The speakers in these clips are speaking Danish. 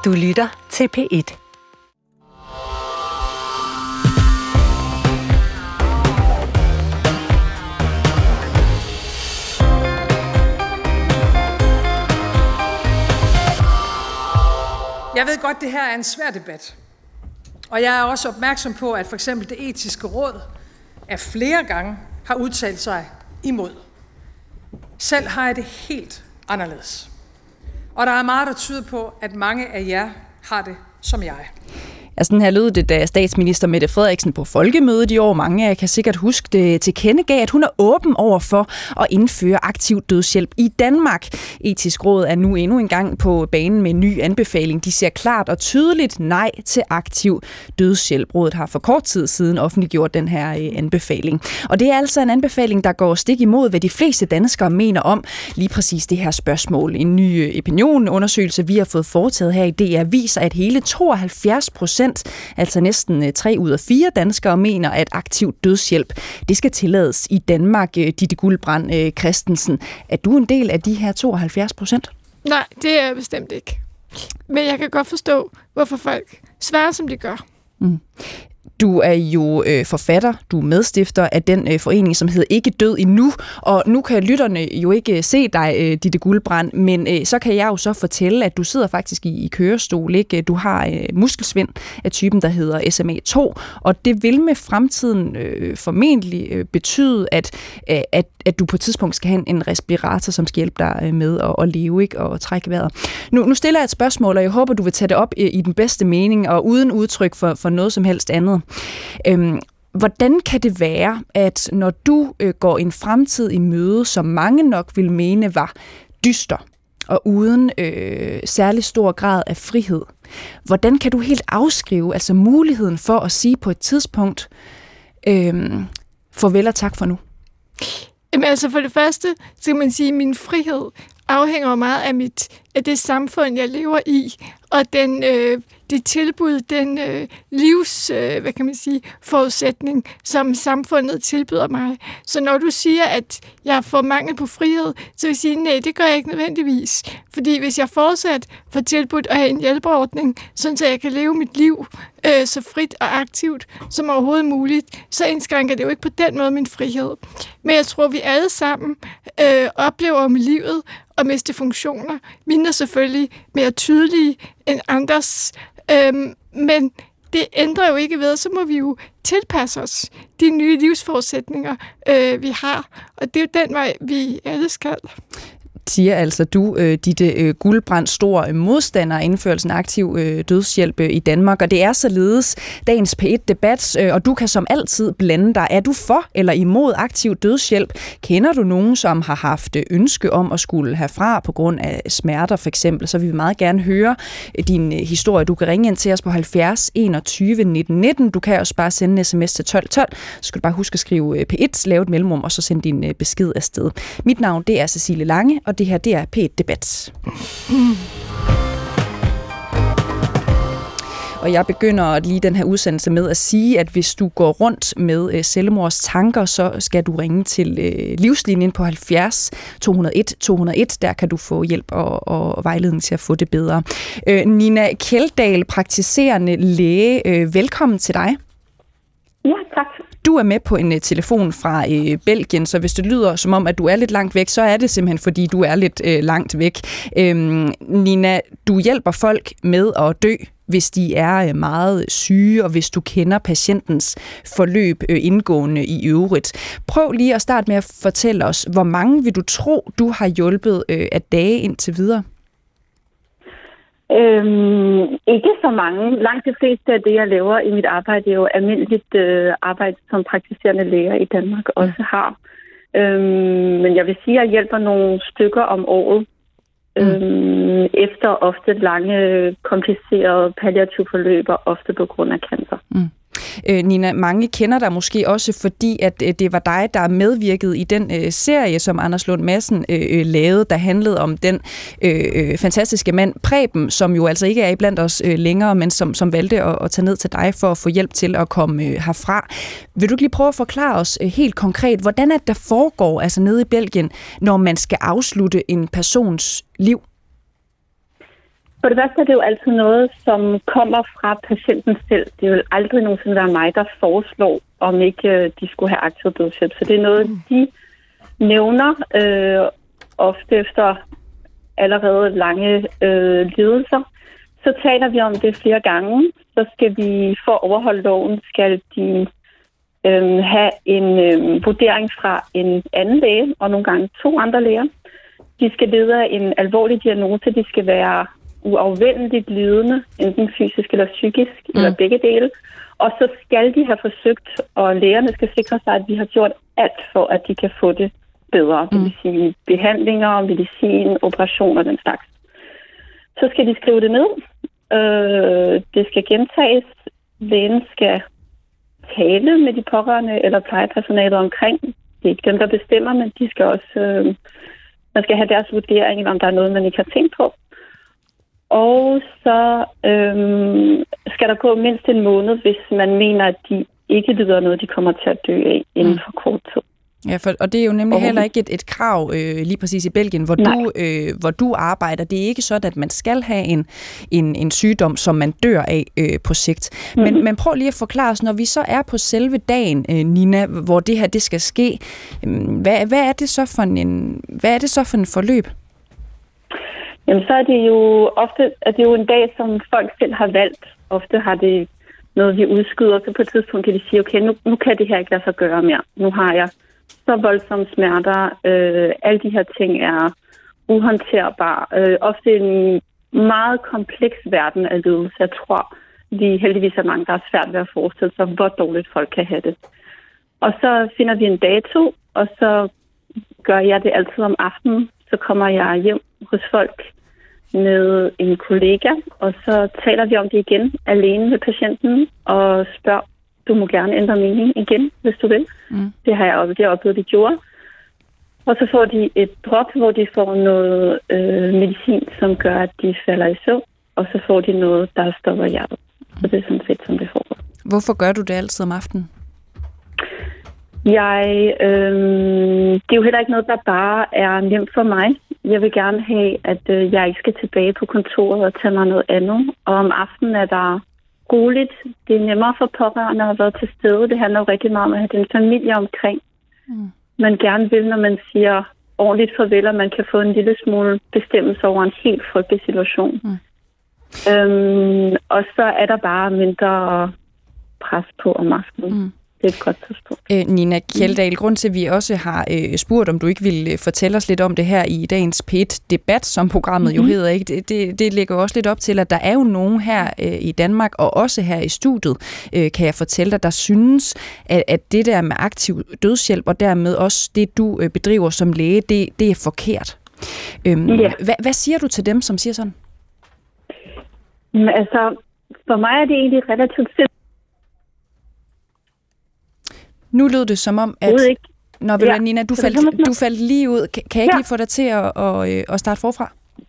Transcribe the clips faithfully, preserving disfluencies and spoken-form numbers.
Du lytter til P et. Jeg ved godt, det her er en svær debat. Og jeg er også opmærksom på, at for eksempel det etiske råd af flere gange har udtalt sig imod. Selv har jeg det helt anderledes. Og der er meget, der tyder på, at mange af jer har det som jeg. Ja, sådan her lød det, da statsminister Mette Frederiksen på Folkemødet i år, mange af jer kan sikkert huske det, tilkendegav, at hun er åben over for at indføre aktiv dødshjælp i Danmark. Etisk Råd er nu endnu en gang på banen med en ny anbefaling. De ser klart og tydeligt nej til aktiv dødshjælp. Rådet har for kort tid siden offentliggjort den her anbefaling. Og det er altså en anbefaling, der går stik imod, hvad de fleste danskere mener om lige præcis det her spørgsmål. En ny opinionundersøgelse, vi har fået foretaget her i D R, viser, at hele tooghalvfjerds procent, altså næsten tre ud af fire danskere, mener, at aktiv dødshjælp, det skal tillades i Danmark. Ditte Guldbrand Christensen, er du en del af de her tooghalvfjerds procent? Nej, det er jeg bestemt ikke. Men jeg kan godt forstå, hvorfor folk svarer, som de gør. Mm. Du er jo øh, forfatter, du er medstifter af den øh, forening, som hedder Ikke Død Endnu, og nu kan lytterne jo ikke se dig, øh, Ditte Guldbrand, men øh, så kan jeg jo så fortælle, at du sidder faktisk i, i kørestol, ikke? Du har øh, muskelsvind af typen, der hedder S M A to, og det vil med fremtiden øh, formentlig øh, betyde, at, øh, at, at du på et tidspunkt skal have en respirator, som skal hjælpe dig øh, med at, at leve, ikke? Og trække vejret. Nu, nu stiller jeg et spørgsmål, og jeg håber, du vil tage det op i, i den bedste mening, og uden udtryk for, for noget som helst andet. Øhm, hvordan kan det være, at når du øh, går en fremtid i møde, som mange nok vil mene var dyster og uden øh, særlig stor grad af frihed, hvordan kan du helt afskrive altså muligheden for at sige på et tidspunkt øh, farvel og tak for nu? Jamen altså for det første, så kan man sige, at min frihed afhænger meget af, mit, af det samfund, jeg lever i, og den, øh, det tilbud, den øh, livs, øh, hvad kan man sige, forudsætning, som samfundet tilbyder mig. Så når du siger, at jeg får mangel på frihed, så vil jeg sige, nej, det gør jeg ikke nødvendigvis. Fordi hvis jeg fortsat får tilbudt at have en hjælpeordning, sådan så jeg kan leve mit liv øh, så frit og aktivt som overhovedet muligt, så indskrænker det jo ikke på den måde min frihed. Men jeg tror, vi alle sammen øh, oplever med livet og miste funktioner. Mine er selvfølgelig mere tydelige end andres, øhm, men det ændrer jo ikke ved, så må vi jo tilpasse os de nye livsforudsætninger, øh, vi har. Og det er jo den vej, vi alle skal. Siger altså du, øh, Ditte øh, Guldbrand, stor modstander af indførelsen af aktiv øh, dødshjælp øh, i Danmark, og det er således dagens P et-debat, øh, og du kan som altid blande dig. Er du for eller imod aktiv dødshjælp? Kender du nogen, som har haft ønske om at skulle herfra på grund af smerter for eksempel, så vil vi meget gerne høre din øh, historie. Du kan ringe ind til os på halvfjerds enogtyve nitten nitten. Du kan også bare sende en sms til tolv tolv. Så skal du bare huske at skrive øh, P et, lave et mellemrum, og så sende din øh, besked afsted. Mit navn, det er Cecilie Lange, og det her, det er P et-debat. Mm. Og jeg begynder lige den her udsendelse med at sige, at hvis du går rundt med øh, selvmords tanker, så skal du ringe til øh, livslinjen på halvfjerds to nul et to nul et. Der kan du få hjælp og, og vejledning til at få det bedre. Øh, Nina Kjeldahl, praktiserende læge. Øh, velkommen til dig. Ja, tak. Du er med på en uh, telefon fra uh, Belgien, så hvis det lyder som om, at du er lidt langt væk, så er det simpelthen, fordi du er lidt uh, langt væk. Øhm, Nina, du hjælper folk med at dø, hvis de er uh, meget syge, og hvis du kender patientens forløb uh, indgående i øvrigt. Prøv lige at starte med at fortælle os, hvor mange vil du tro, du har hjulpet uh, af dage indtil videre? Øhm, ikke så mange. Langt de fleste af det, jeg laver i mit arbejde, er jo almindeligt øh, arbejde, som praktiserende læger i Danmark også har. Øhm, men jeg vil sige, at jeg hjælper nogle stykker om året. Mm. Øhm, efter ofte lange, komplicerede palliative forløb, og ofte på grund af cancer. Mm. Øh, Nina, mange kender dig måske også, fordi at øh, det var dig, der medvirkede i den øh, serie, som Anders Lund Madsen øh, lavede, der handlede om den øh, fantastiske mand Preben, som jo altså ikke er iblandt os øh, længere, men som, som valgte at, at tage ned til dig for at få hjælp til at komme øh, herfra. Vil du lige prøve at forklare os øh, helt konkret, hvordan er det, der foregår altså nede i Belgien, når man skal afslutte en persons liv? For det første er det jo altid noget, som kommer fra patienten selv. Det vil aldrig nogensinde være mig, der foreslår, om ikke de skulle have aktiv dødshjælp. Så det er noget, de nævner øh, ofte efter allerede lange øh, lidelser. Så taler vi om det flere gange. Så skal vi, for at overholde loven, skal de øh, have en øh, vurdering fra en anden læge, og nogle gange to andre læger. De skal lede af en alvorlig diagnose. De skal være uafvendeligt lidende, enten fysisk eller psykisk, mm. eller begge dele. Og så skal de have forsøgt, og lægerne skal sikre sig, at vi har gjort alt for, at de kan få det bedre. Mm. Det vil sige behandlinger, medicin, operationer og den slags. Så skal de skrive det ned. Øh, det skal gentages. Lægen skal tale med de pårørende eller plejepersonalet omkring. Det er ikke dem, der bestemmer, men de skal også, øh, man skal have deres vurdering, om der er noget, man ikke har tænkt på. Og så øhm, skal der gå mindst en måned, hvis man mener, at de ikke lider noget, de kommer til at dø af inden for kort tid. Ja, for, og det er jo nemlig heller ikke et, et krav øh, lige præcis i Belgien, hvor du, øh, hvor du arbejder. Det er ikke sådan, at man skal have en, en, en sygdom, som man dør af øh, på sigt. Men, mm-hmm. men prøv lige at forklare os, når vi så er på selve dagen, øh, Nina, hvor det her det skal ske, øh, hvad, hvad, er det så for en, hvad er det så for en forløb? Jamen, så er det jo ofte er det jo en dag, som folk selv har valgt. Ofte har det noget, vi udskyder, så på et tidspunkt kan de sige, okay, nu, nu kan det her ikke lade sig gøre mere. Nu har jeg så voldsomme smerter. Øh, alle de her ting er uhåndterbare. Øh, ofte en meget kompleks verden af lidelse. Jeg tror, vi heldigvis er mange, der er svært ved at forestille sig, hvor dårligt folk kan have det. Og så finder vi en dato, og så gør jeg det altid om aftenen. Så kommer jeg hjem hos folk med en kollega, og så taler vi om det igen alene med patienten og spørger, du må gerne ændre mening igen, hvis du vil. Mm. Det har jeg oplevet, det har oplevet, de gjorde. Og så får de et drop, hvor de får noget øh, medicin, som gør, at de falder i søvn, og så får de noget, der stopper hjertet. Så det er sådan set, som det foregår. Hvorfor gør du det altid om aftenen? Jeg, øh, det er jo heller ikke noget, der bare er nemt for mig. Jeg vil gerne have, at øh, jeg ikke skal tilbage på kontoret og tage mig noget andet. Og om aftenen er der roligt. Det er nemmere for pårørende at være til stede. Det handler jo rigtig meget om at have den familie omkring. Mm. Man gerne vil, når man siger ordentligt farvel, og man kan få en lille smule bestemmelse over en helt frygtelig situation. Mm. Øhm, og så er der bare mindre pres på om aftenen. Mm. Det er et godt tidspunkt. Øh, Nina Kjeldahl, grund til, at vi også har øh, spurgt, om du ikke ville fortælle os lidt om det her i dagens P et-debat, som programmet mm-hmm. jo hedder, ikke? Det, det, det ligger også lidt op til, at der er jo nogen her øh, i Danmark, og også her i studiet, øh, kan jeg fortælle dig, der synes, at, at det der med aktiv dødshjælp, og dermed også det, du øh, bedriver som læge, det, det er forkert. Øhm, yeah. hvad, hvad siger du til dem, som siger sådan? Men altså, for mig er det egentlig relativt simpelt. Nu lød det som om, at... Nå, ved ja. Nina, du faldt, du faldt lige ud. Kan, kan jeg ikke ja. lige få dig til at, at, at starte forfra?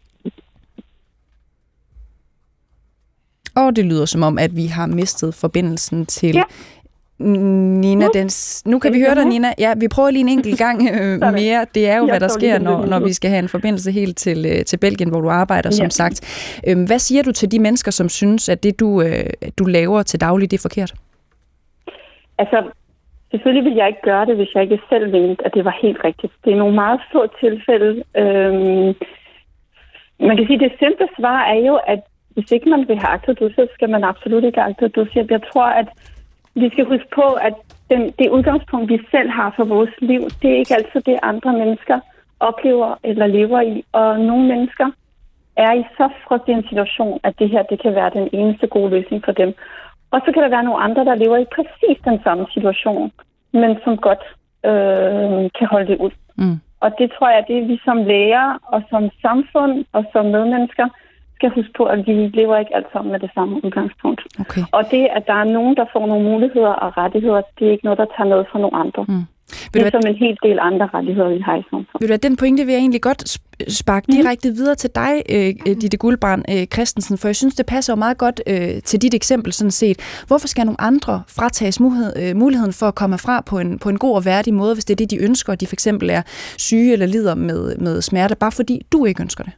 Og det lyder som om, at vi har mistet forbindelsen til ja. Nina. Dens, nu kan vi høre dig, Nina. Ja, vi prøver lige en enkelt gang øh, mere. Det er jo, hvad der sker, når, når vi skal have en forbindelse helt til, til Belgien, hvor du arbejder, som ja. sagt. Øh, hvad siger du til de mennesker, som synes, at det, du, øh, du laver til daglig, det er forkert? Altså... Selvfølgelig ville jeg ikke gøre det, hvis jeg ikke selv mente, at det var helt rigtigt. Det er nogle meget få tilfælde. Øhm, man kan sige, at det simple svar er jo, at hvis ikke man vil have aktiv dødshjælp, skal man absolut ikke have aktiv dødshjælp. Jeg tror, at vi skal huske på, at den, det udgangspunkt, vi selv har for vores liv, det er ikke altid det, andre mennesker oplever eller lever i. Og nogle mennesker er i så frygtelig en situation, at det her det kan være den eneste gode løsning for dem. Og så kan der være nogle andre, der lever i præcis den samme situation, men som godt øh, kan holde det ud. Mm. Og det tror jeg, det er vi som læger og som samfund og som medmennesker skal huske på, at vi lever ikke alt sammen med det samme udgangspunkt. Okay. Og det, at der er nogen, der får nogle muligheder og rettigheder, det er ikke noget, der tager noget fra nogle andre. Mm. Det er som en hel del andre rettigheder, vi har i samfundet. Ved du hvad, den pointe vil jeg egentlig godt sparke direkte videre til dig, Ditte Guldbrand Christensen, for jeg synes, det passer jo meget godt øh, til dit eksempel sådan set. Hvorfor skal nogle andre fratages muligheden for at komme fra på en, på en god og værdig måde, hvis det er det, de ønsker, og de for eksempel er syge eller lider med, med smerte, bare fordi du ikke ønsker det?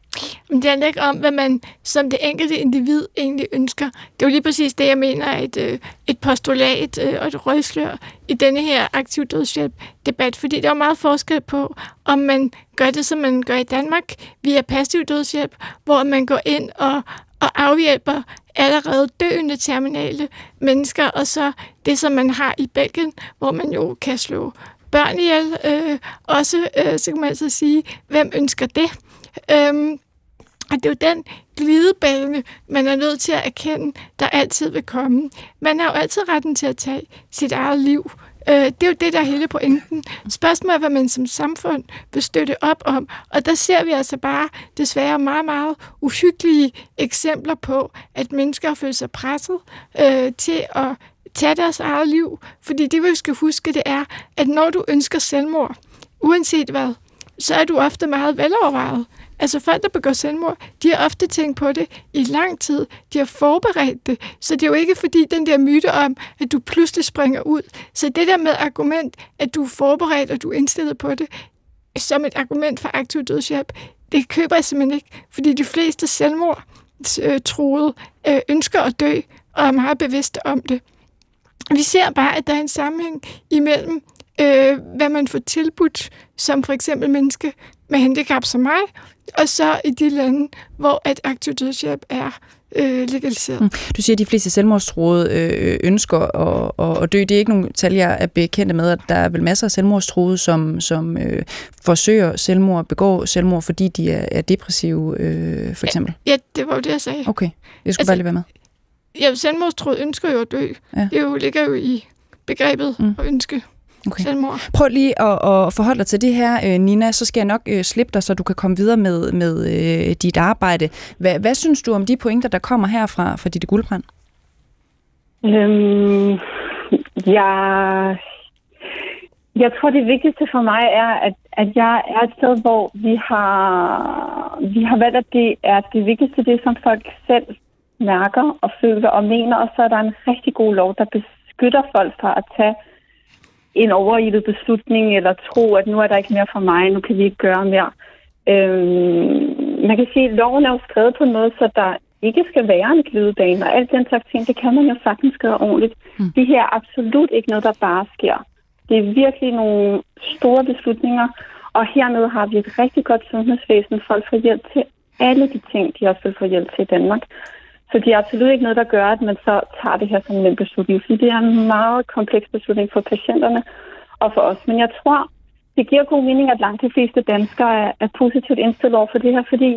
Men det handler ikke om, hvad man som det enkelte individ egentlig ønsker. Det er jo lige præcis det, jeg mener, et, et postulat og et røgslør i denne her aktiv dødshjælp-debat, fordi der er meget forskel på, om man gør det, som man gør i Danmark via passiv dødshjælp, hvor man går ind og, og afhjælper allerede døende terminale mennesker, og så det, som man har i Belgien, hvor man jo kan slå børn ihjel. Øh, også, øh, så kan man altså sige, hvem ønsker det? Øhm, og det er jo den glidebane, man er nødt til at erkende, der altid vil komme. Man har jo altid retten til at tage sit eget liv. Øh, det er jo det, der er hele pointen. Spørgsmålet er, hvad man som samfund vil støtte op om. Og der ser vi altså bare desværre meget, meget uhyggelige eksempler på, at mennesker føler sig presset øh, til at tage deres eget liv. Fordi det, vi skal huske, det er, at når du ønsker selvmord, uanset hvad, så er du ofte meget velovervejet. Altså folk, der begår selvmord, de har ofte tænkt på det i lang tid. De har forberedt det. Så det er jo ikke fordi den der myte om, at du pludselig springer ud. Så det der med argument, at du er forberedt, og du er indstillet på det, som et argument for aktiv dødshjælp, det køber jeg simpelthen ikke. Fordi de fleste selvmord øh, troede øh, ønsker at dø, og er meget bevidste om det. Vi ser bare, at der er en sammenhæng imellem, øh, hvad man får tilbudt, som for eksempel menneske med handicap som mig, og så i de lande, hvor at aktiv dødshjælp er øh, legaliseret. Mm. Du siger, at de fleste selvmordstruede øh, ønsker at, at dø. Det er ikke nogen tal, jeg er bekendte med, at der er vel masser af selvmordstruede, som, som øh, forsøger selvmord, begår selvmord, fordi de er, er depressive, øh, for eksempel. Ja, ja, det var jo det, jeg sagde. Okay, jeg skulle altså, bare lige være med. Ja, selvmordstruede ønsker jo at dø. Ja. Det jo, ligger jo i begrebet mm. at ønske. Okay. Selvmord. Prøv lige at, at forholde dig til det her, Nina, så skal jeg nok øh, slippe dig, så du kan komme videre med, med øh, dit arbejde. Hva, hvad synes du om de pointer, der kommer herfra fra Ditte Guldbrand? Øhm, jeg, jeg tror, det vigtigste for mig er, at, at jeg er et sted, hvor vi har, vi har valgt, at det er det vigtigste, det som folk selv mærker og føler og mener, og så er der en rigtig god lov, der beskytter folk fra at tage en overilet beslutning, eller tro, at nu er der ikke mere for mig, nu kan vi ikke gøre mere. Øhm, man kan sige, at loven er jo skrevet på noget, så der ikke skal være en glidebane, og alt den slags ting, det kan man jo sagtens gøre ordentligt. Mm. Det her er absolut ikke noget, der bare sker. Det er virkelig nogle store beslutninger, og hernede har vi et rigtig godt sundhedsvæsen. Folk får hjælp til alle de ting, de også vil få hjælp til i Danmark. Så det er absolut ikke noget, der gør, at man så tager det her som en beslutning. Fordi det er en meget kompleks beslutning for patienterne og for os. Men jeg tror, det giver god mening, at langt de fleste danskere er, er positivt indstillet over for det her, fordi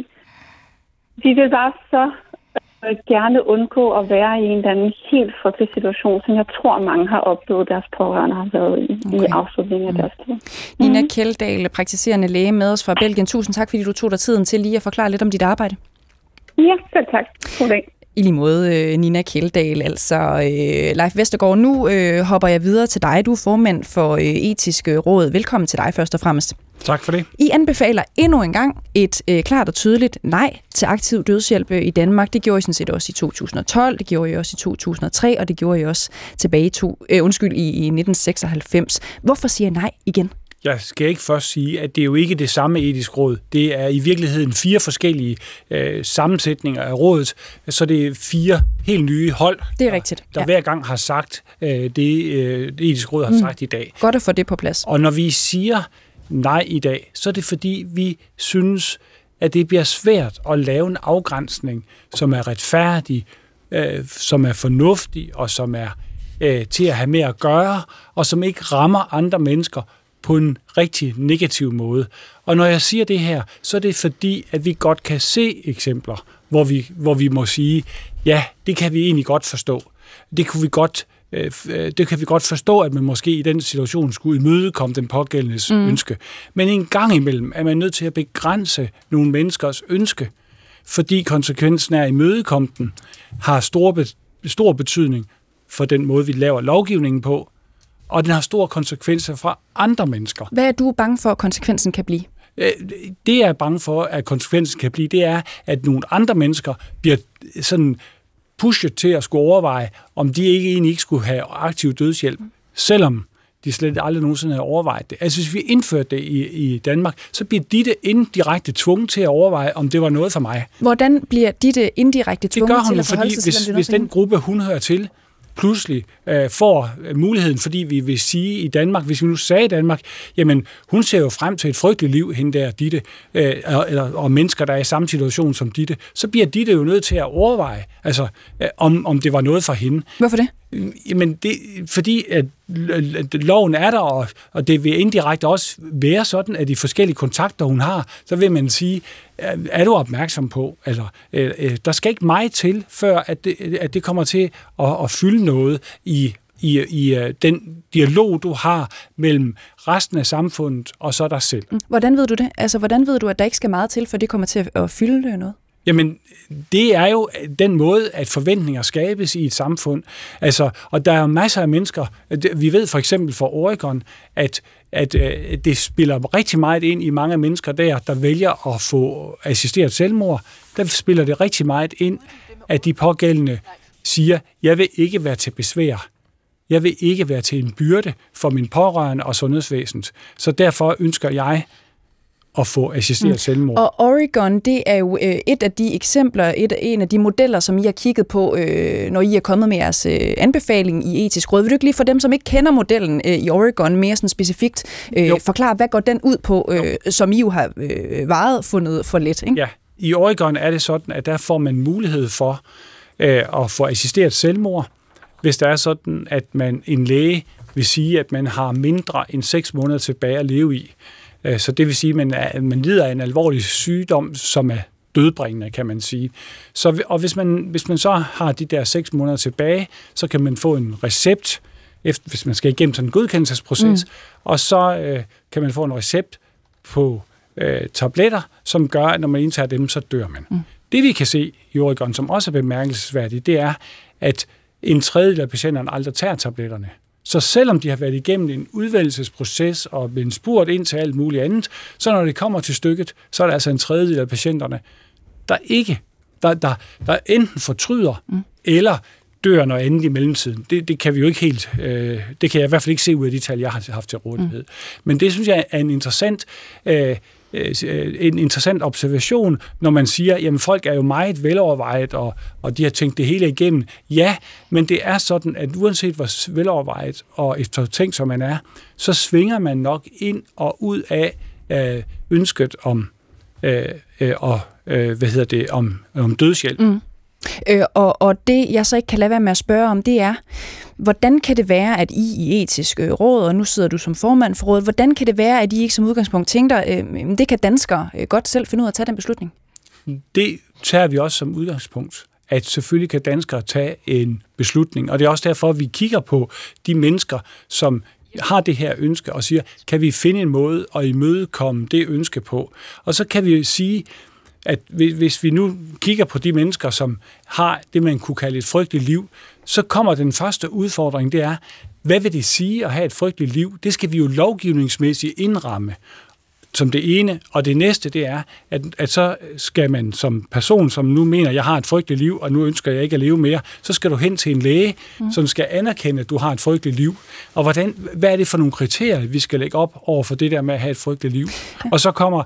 vi vil bare så øh, gerne undgå at være i en eller anden helt frygtelig situation, som jeg tror, mange har oplevet, deres pårørende har været i, okay. i afslutningen af deres liv. Nina Kjeldahl, praktiserende læge med os fra Belgien. Tusind tak, fordi du tog dig tiden til lige at forklare lidt om dit arbejde. Ja, selv tak. God dag. I lige måde, Nina Kjeldahl, altså øh, Leif Vestergaard. Nu øh, hopper jeg videre til dig. Du er formand for øh, Etisk Råd. Velkommen til dig først og fremmest. Tak for det. I anbefaler endnu en gang et øh, klart og tydeligt nej til aktiv dødshjælp i Danmark. Det gjorde I sådan set også i to tusind og tolv, det gjorde I også i to tusind og tre, og det gjorde I også tilbage i, to, øh, undskyld, i, i nitten seksoghalvfems. Hvorfor siger I nej igen? Jeg skal ikke først sige, at det er jo ikke det samme etisk råd. Det er i virkeligheden fire forskellige øh, sammensætninger af rådet, så det er fire helt nye hold, det er rigtigt. der, der ja. hver gang har sagt øh, det, øh, det etiske råd har mm. sagt i dag. Godt at få det på plads. Og når vi siger nej i dag, så er det fordi, vi synes, at det bliver svært at lave en afgrænsning, som er retfærdig, øh, som er fornuftig og som er øh, til at have med at gøre, og som ikke rammer andre mennesker på en rigtig negativ måde. Og når jeg siger det her, så er det fordi, at vi godt kan se eksempler, hvor vi, hvor vi må sige, ja, det kan vi egentlig godt forstå. Det kunne vi godt, øh, det kan vi godt forstå, at man måske i den situation skulle imødekomme den pågældendes mm. ønske. Men en gang imellem er man nødt til at begrænse nogle menneskers ønske, fordi konsekvensen af at imødekomme den har stor, be, stor betydning for den måde, vi laver lovgivningen på, og den har store konsekvenser for andre mennesker. Hvad er du bange for, at konsekvensen kan blive? Det, jeg er bange for, at konsekvensen kan blive, det er, at nogle andre mennesker bliver sådan pushet til at skulle overveje, om de ikke egentlig ikke skulle have aktiv dødshjælp, selvom de slet aldrig nogensinde har overvejet det. Altså hvis vi indførte det i, i Danmark, så bliver Ditte indirekte tvunget til at overveje, om det var noget for mig. Hvordan bliver Ditte indirekte tvunget til at forholde sig til, hvis, hvis den gruppe, hun hører til, pludselig øh, får muligheden, fordi vi vil sige i Danmark, hvis vi nu sagde i Danmark, jamen hun ser jo frem til et frygteligt liv, hende der Ditte, øh, eller, og mennesker, der er i samme situation som Ditte, så bliver Ditte jo nødt til at overveje, altså, øh, om, om det var noget for hende. Hvorfor det? Jamen, det, fordi at loven er der, og, og det vil indirekte også være sådan, at de forskellige kontakter, hun har, så vil man sige, er du opmærksom på, eller øh, der skal ikke meget til, før at det, at det kommer til at, at fylde noget i, i, i den dialog, du har mellem resten af samfundet og så dig selv. Hvordan ved du det? Altså, hvordan ved du, at der ikke skal meget til, for det kommer til at fylde noget? Jamen, det er jo den måde, at forventninger skabes i et samfund. Altså, og der er jo masser af mennesker. Vi ved for eksempel fra Oregon, at, at, at det spiller rigtig meget ind i mange mennesker der, der vælger at få assisteret selvmord. Der spiller det rigtig meget ind, at de pågældende siger, jeg vil ikke være til besvær. Jeg vil ikke være til en byrde for min pårørende og sundhedsvæsenet. Så derfor ønsker jeg at få assisteret mm. selvmord. Og Oregon, det er jo øh, et af de eksempler, et, en af de modeller, som I har kigget på, øh, når I er kommet med jeres øh, anbefaling i Etisk Råd. Vil du ikke lige for dem, som ikke kender modellen øh, i Oregon, mere sådan specifikt øh, forklare, hvad går den ud på, øh, som I jo har øh, varet fundet for let? Ikke? Ja, i Oregon er det sådan, at der får man mulighed for øh, at få assisteret selvmord, hvis der er sådan, at man en læge vil sige, at man har mindre end seks måneder tilbage at leve i. Så det vil sige, at man, er, man lider af en alvorlig sygdom, som er dødbringende, kan man sige. Så, og hvis man, hvis man så har de der seks måneder tilbage, så kan man få en recept, efter, hvis man skal igennem sådan en godkendelsesproces, mm. og så øh, kan man få en recept på øh, tabletter, som gør, at når man indtager dem, så dør man. Mm. Det vi kan se i Oregon, som også er bemærkelsesværdigt, det er, at en tredjedel af patienterne aldrig tager tabletterne. Så selvom de har været igennem en udvælgelsesproces og blevet spurgt ind til alt muligt andet, så når det kommer til stykket, så er der altså en tredjedel af patienterne, der ikke, der, der, der enten fortryder, mm. eller dør noget andet i mellemtiden. Det, det kan vi jo ikke helt, øh, det kan jeg i hvert fald ikke se ud af de tal, jeg har haft til rådighed. Mm. Men det synes jeg er en interessant øh, en interessant observation, når man siger, jamen folk er jo meget velovervejet, og, og de har tænkt det hele igennem. Ja, men det er sådan, at uanset hvor velovervejet og eftertænkt som man er, så svinger man nok ind og ud af øh, ønsket om, øh, øh, og, øh, hvad hedder det, om, om dødshjælp. Mm. Øh, og, og det, jeg så ikke kan lade være med at spørge om, det er, hvordan kan det være, at I i Etisk Råd, og nu sidder du som formand for rådet, hvordan kan det være, at I ikke som udgangspunkt tænker, øh, det kan danskere godt selv finde ud af at tage den beslutning? Det tager vi også som udgangspunkt, at selvfølgelig kan danskere tage en beslutning, og det er også derfor, at vi kigger på de mennesker, som har det her ønske, og siger, kan vi finde en måde at imødekomme det ønske på? Og så kan vi sige, at hvis vi nu kigger på de mennesker, som har det, man kunne kalde et frygteligt liv, så kommer den første udfordring, det er, hvad vil det sige at have et frygteligt liv? Det skal vi jo lovgivningsmæssigt indramme som det ene, og det næste, det er, at, at så skal man som person, som nu mener, jeg har et frygteligt liv, og nu ønsker jeg ikke at leve mere, så skal du hen til en læge, mm. som skal anerkende, at du har et frygteligt liv. Og hvordan, hvad er det for nogle kriterier, vi skal lægge op over for det der med at have et frygteligt liv? Ja. Og så kommer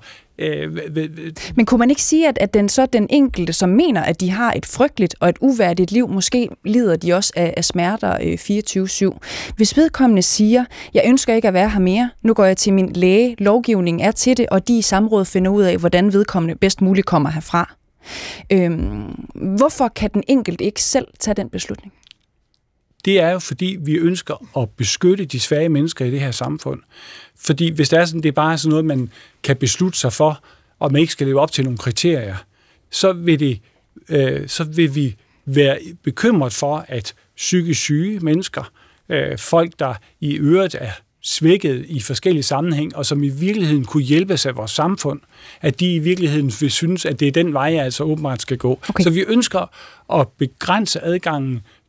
Men kunne man ikke sige, at, at den så den enkelte, som mener, at de har et frygteligt og et uværdigt liv, måske lider de også af, af smerter øh, fireogtyve syv. Hvis vedkommende siger, jeg ønsker ikke at være her mere, nu går jeg til min læge, lovgivningen er til det, og de i samråd finder ud af, hvordan vedkommende bedst muligt kommer herfra. Øhm, hvorfor kan den enkelte ikke selv tage den beslutning? Det er jo, fordi vi ønsker at beskytte de svage mennesker i det her samfund. Fordi hvis det er sådan, det er bare sådan noget, man kan beslutte sig for, og man ikke skal leve op til nogle kriterier, så vil, det, øh, så vil vi være bekymret for, at psykisk syge mennesker, øh, folk, der i øvrigt er svækket i forskellige sammenhæng, og som i virkeligheden kunne hjælpes af vores samfund, at de i virkeligheden vil synes, at det er den vej, jeg altså åbenbart skal gå. Okay. Så vi ønsker at begrænse adgangen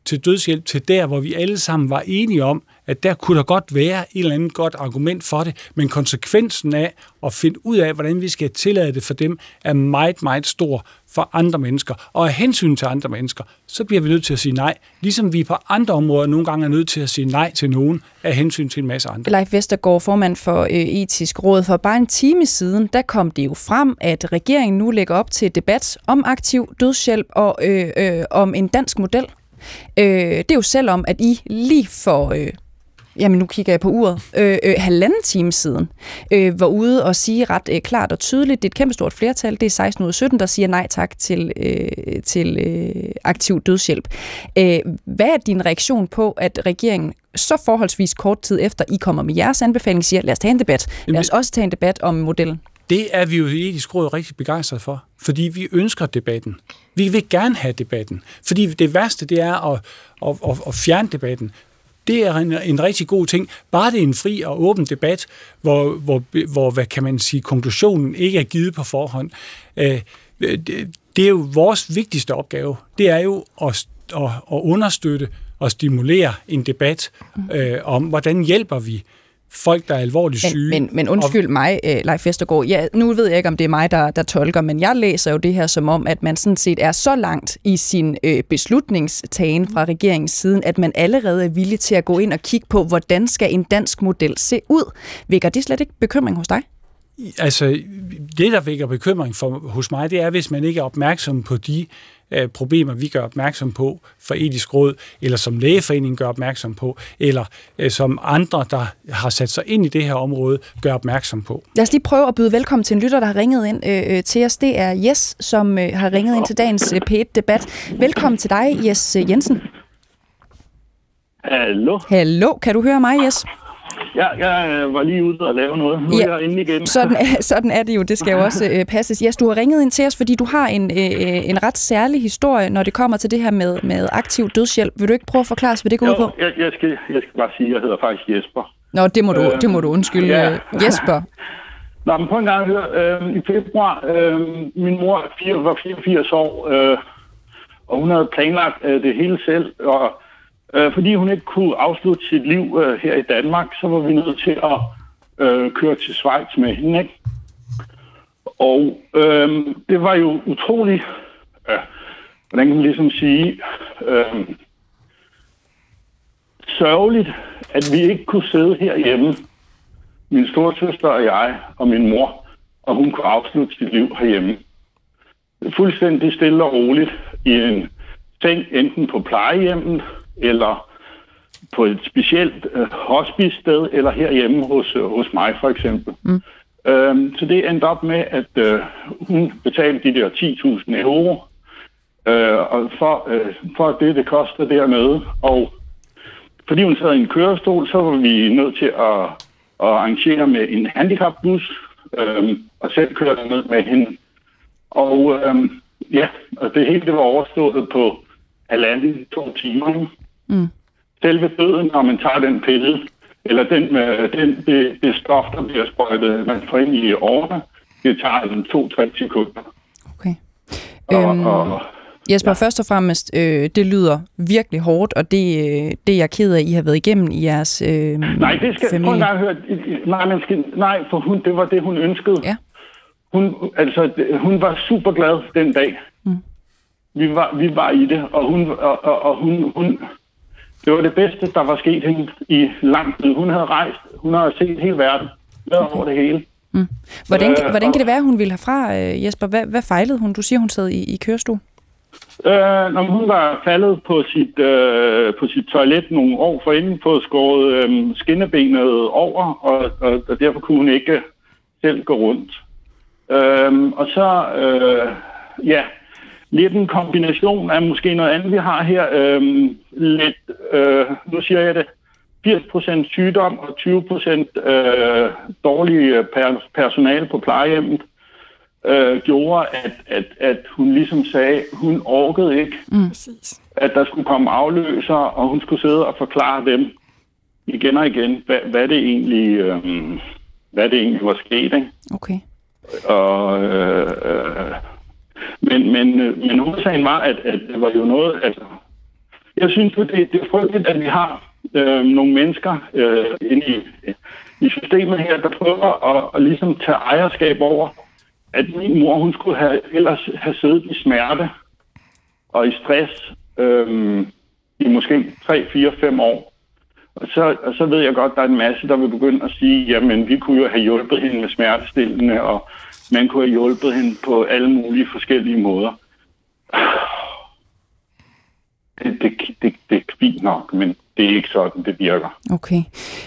til dødshjælp til der, hvor vi alle sammen var enige om, at der kunne der godt være et eller andet godt argument for det, men konsekvensen af at finde ud af, hvordan vi skal tillade det for dem, er meget, meget stor for andre mennesker. Og af hensyn til andre mennesker, så bliver vi nødt til at sige nej, ligesom vi på andre områder nogle gange er nødt til at sige nej til nogen af hensyn til en masse andre. Leif Vestergaard, formand for øh, Etisk Råd. For bare en time siden, der kom det jo frem, at regeringen nu lægger op til debat om aktiv dødshjælp og øh, øh, om en dansk model. Øh, det er jo selvom, at I lige for... Øh, Jamen, nu kigger jeg på uret. Øh, øh, halvanden time siden øh, var ude og sige ret øh, klart og tydeligt, det er et kæmpestort flertal, det er seksten ud af sytten, der siger nej tak til, øh, til øh, aktiv dødshjælp. Øh, hvad er din reaktion på, at regeringen så forholdsvis kort tid efter, I kommer med jeres anbefaling, siger, lad os tage en debat. Lad os også tage en debat om modellen. Det er vi jo i Etisk Råd rigtig begejstret for, fordi vi ønsker debatten. Vi vil gerne have debatten, fordi det værste, det er at, at, at, at fjerne debatten. Det er en, en rigtig god ting. Bare det er en fri og åben debat, hvor, hvor, hvor hvad kan man sige, konklusionen ikke er givet på forhånd. Øh, det, det er jo vores vigtigste opgave. Det er jo at, at, at understøtte og stimulere en debat øh, om, hvordan hjælper vi folk, der er alvorligt syge. Men, men, men undskyld mig, Leif Vestergaard. Ja, nu ved jeg ikke, om det er mig, der, der tolker, men jeg læser jo det her som om, at man sådan set er så langt i sin øh, beslutningstagen fra regeringens side, at man allerede er villig til at gå ind og kigge på, hvordan skal en dansk model se ud. Vækker det slet ikke bekymring hos dig? Altså, det, der vækker bekymring for, hos mig, det er, hvis man ikke er opmærksom på de øh, problemer, vi gør opmærksom på for Etisk Råd, eller som Lægeforeningen gør opmærksom på, eller øh, som andre, der har sat sig ind i det her område, gør opmærksom på. Lad os lige prøve at byde velkommen til en lytter, der har ringet ind øh, til os. Det er Jes, som øh, har ringet ind til dagens øh, P et-debat. Velkommen til dig, Jes Jensen. Hallo. Hallo, kan du høre mig, Jes? Ja, jeg var lige ude og lave noget. Nu ja, er jeg inde igen. Sådan er, sådan er det jo. Det skal jo også øh, passes. Jes, du har ringet ind til os, fordi du har en, øh, en ret særlig historie, når det kommer til det her med, med aktiv dødshjælp. Vil du ikke prøve at forklare os, hvad det går jo, ud på? Jeg, jeg, skal, jeg skal bare sige, at jeg hedder faktisk Jesper. Nå, det må du, øh, det må du undskylde, ja. Jesper. Nå, men på en gang høre. Øh, I februar, øh, min mor var fireogfirs år, øh, og hun havde planlagt øh, det hele selv, og Øh, fordi hun ikke kunne afslutte sit liv øh, her i Danmark, så var vi nødt til at øh, køre til Schweiz med hende, ikke? Og øh, det var jo utroligt, øh, hvordan kan man ligesom sige, øh, sørgeligt, at vi ikke kunne sidde herhjemme, min storesøster og jeg og min mor, og hun kunne afslutte sit liv herhjemme. Fuldstændig stille og roligt i en seng, enten på plejehjemmet, eller på et specielt øh, hospice-sted, eller herhjemme hos, øh, hos mig for eksempel. Mm. Øhm, så det endte op med, at øh, hun betalte de der ti tusind euro øh, og for, øh, for det, det koster dernede. Og fordi hun sad i en kørestol, så var vi nødt til at, at arrangere med en handicapbus øh, og selv køre derned med hende. Og øh, ja, og det hele det var overstået på halvanden, to timer. Mm. Selve døden, når man tager den pille, eller den, den, det, det stof, der bliver sprøjtet, man får ind i årene, det tager altså to-tre sekunder. Okay. Og, øhm, og, Jesper, ja. Først og fremmest, øh, det lyder virkelig hårdt, og det, øh, det er jeg ked af, I har været igennem i jeres øh, nej, det skal familie. Nej, høre. Nej, man skal, nej, for hun, det var det, hun ønskede. Ja. Hun, altså, hun var super glad den dag. Mm. Vi var, vi var i det, og hun, og, og, og hun, hun, det var det bedste, der var sket hende i lang tid. Hun havde rejst, hun havde set hele verden, været over det hele. Mm. Hvordan, øh, hvordan kan det være, hun ville herfra, Jesper? Hvad, hvad fejlede hun? Du siger, hun sad i, i kørestol. Øh, når hun var faldet på sit, øh, på sit toilet nogle år forinden, på skåret øh, skinnebenet over, og, og, og derfor kunne hun ikke selv gå rundt. Øh, og så, øh, ja... lidt en kombination af måske noget andet, vi har her. Øhm, lidt, øh, nu siger jeg det, firs procent sygdom og tyve procent øh, dårlig per- personale på plejehjemmet øh, gjorde, at, at, at hun ligesom sagde, hun orkede ikke, mm. at der skulle komme afløser, og hun skulle sidde og forklare dem igen og igen, hvad, hvad det egentlig, øh, hvad det egentlig var sket, ikke? Okay. Og øh, øh, Men, men, men hovedsagen var, at, at det var jo noget, altså, jeg synes, det, det er frygteligt, at vi har øh, nogle mennesker øh, inde i, i systemet her, der prøver at, at ligesom tage ejerskab over, at min mor, hun skulle have, ellers have siddet i smerte og i stress øh, i måske tre, fire, fem år. Og så, og så ved jeg godt, at der er en masse, der vil begynde at sige, jamen vi kunne jo have hjulpet hende med smertestillende, og man kunne have hjulpet hende på alle mulige forskellige måder. Det, det, det, det er fint nok, men det er ikke sådan, det virker. Okay.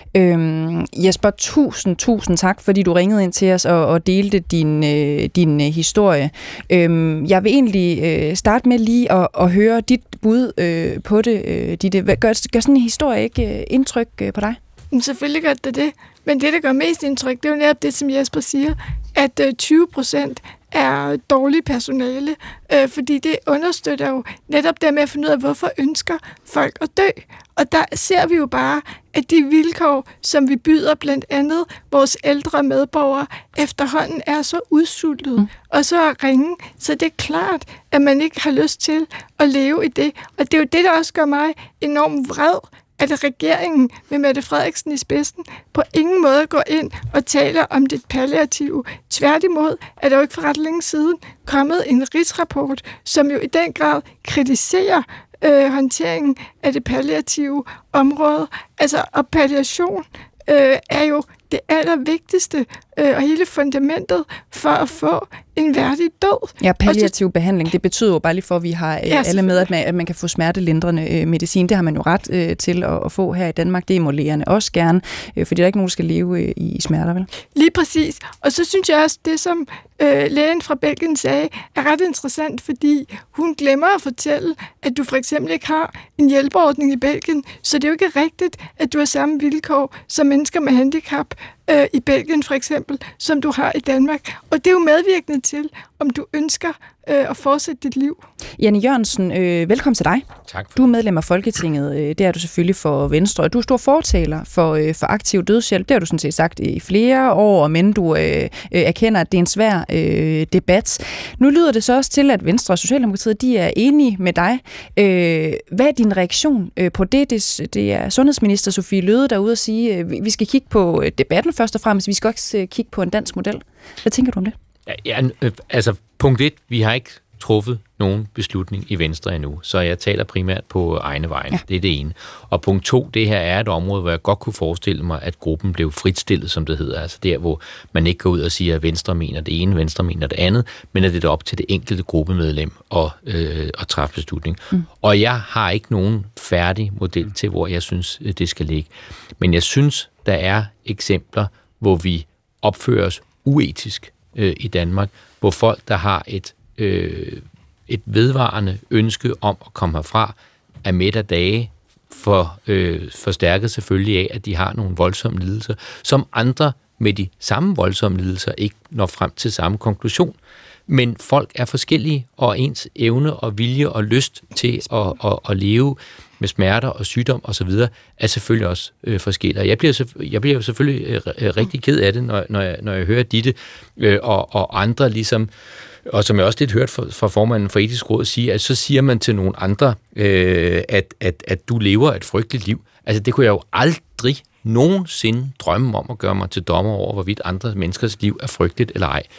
Øhm, Jesper, tusind, tusind tak, fordi du ringede ind til os og, og delte din, øh, din øh, historie. Øhm, jeg vil egentlig øh, starte med lige at, at høre dit bud øh, på det. Øh, Ditte. Gør, gør sådan en historie ikke øh, indtryk øh, på dig? Men selvfølgelig gør det det. Men det, der gør mest indtryk, det er jo netop det, som Jesper siger, at øh, tyve procent er dårlig personale, øh, fordi det understøtter jo netop det med at finde ud af, hvorfor ønsker folk at dø. Og der ser vi jo bare, at de vilkår, som vi byder blandt andet vores ældre medborgere, efterhånden er så udsultet mm. og så ringe, så det er klart, at man ikke har lyst til at leve i det. Og det er jo det, der også gør mig enormt vred, at regeringen med Mette Frederiksen i spidsen på ingen måde går ind og taler om det palliative. Tværtimod er der jo ikke for ret længe siden kommet en rigsrapport, som jo i den grad kritiserer øh, håndteringen af det palliative område. Altså, og palliation øh, er jo det allervigtigste øh, og hele fundamentet for at få en værdig død. Ja, palliativ det, behandling, det betyder jo bare lige for, at vi har øh, ja, alle med, at man, at man kan få smertelindrende øh, medicin. Det har man jo ret øh, til at, at få her i Danmark. Det må lægerne også gerne, øh, fordi der er ikke nogen, der skal leve øh, i smerter, vel? Lige præcis. Og så synes jeg også, det som øh, lægen fra Belgien sagde, er ret interessant, fordi hun glemmer at fortælle, at du for eksempel ikke har en hjælpeordning i Belgien, så det er jo ikke rigtigt, at du har samme vilkår som mennesker med handicap øh, i Belgien for eksempel, som du har i Danmark. Og det er jo medvirkende til, om du ønsker øh, at fortsætte dit liv. Janne Jørgensen, øh, velkommen til dig. Tak for Du er medlem af Folketinget, øh, det er du selvfølgelig for Venstre, og du er stor fortaler for, øh, for aktiv dødshjælp. Det har du sådan set sagt i flere år, men du øh, øh, erkender, at det er en svær øh, debat. Nu lyder det så også til, at Venstre og Socialdemokratiet, de er enige med dig. Øh, hvad er din reaktion øh, på det? det? Det er sundhedsminister Sophie Løhde derude og sige, øh, vi skal kigge på debatten først og fremmest, vi skal også øh, kigge på en dansk model. Hvad tænker du om det? Ja, øh, altså punkt et, vi har ikke truffet nogen beslutning i Venstre endnu, så jeg taler primært på egne vegne. Ja. Det er det ene. Og punkt to, det her er et område, hvor jeg godt kunne forestille mig, at gruppen blev fritstillet, som det hedder. Altså der, hvor man ikke går ud og siger, at Venstre mener det ene, Venstre mener det andet, men at det er op til det enkelte gruppemedlem at, øh, at træffe beslutning. Mm. Og jeg har ikke nogen færdig model til, hvor jeg synes, det skal ligge. Men jeg synes, der er eksempler, hvor vi opfører os uetisk øh, i Danmark, hvor folk, der har et øh, et vedvarende ønske om at komme herfra, er midt af dage, for, øh, forstærket selvfølgelig af, at de har nogle voldsomme lidelser, som andre med de samme voldsomme lidelser ikke når frem til samme konklusion. Men folk er forskellige, og ens evne og vilje og lyst til at, at, at leve med smerter og sygdom osv. er selvfølgelig også øh, forskellige. Jeg bliver, jeg bliver jo selvfølgelig øh, rigtig ked af det, når, når, jeg, når jeg hører Ditte øh, og, og andre ligesom, og som jeg også lidt hørt fra, fra formanden for Etisk Råd sige, at så siger man til nogle andre, øh, at, at, at du lever et frygteligt liv. Altså det kunne jeg jo aldrig nogensinde drømme om at gøre mig til dommer over, hvorvidt andre menneskers liv er frygteligt eller ej.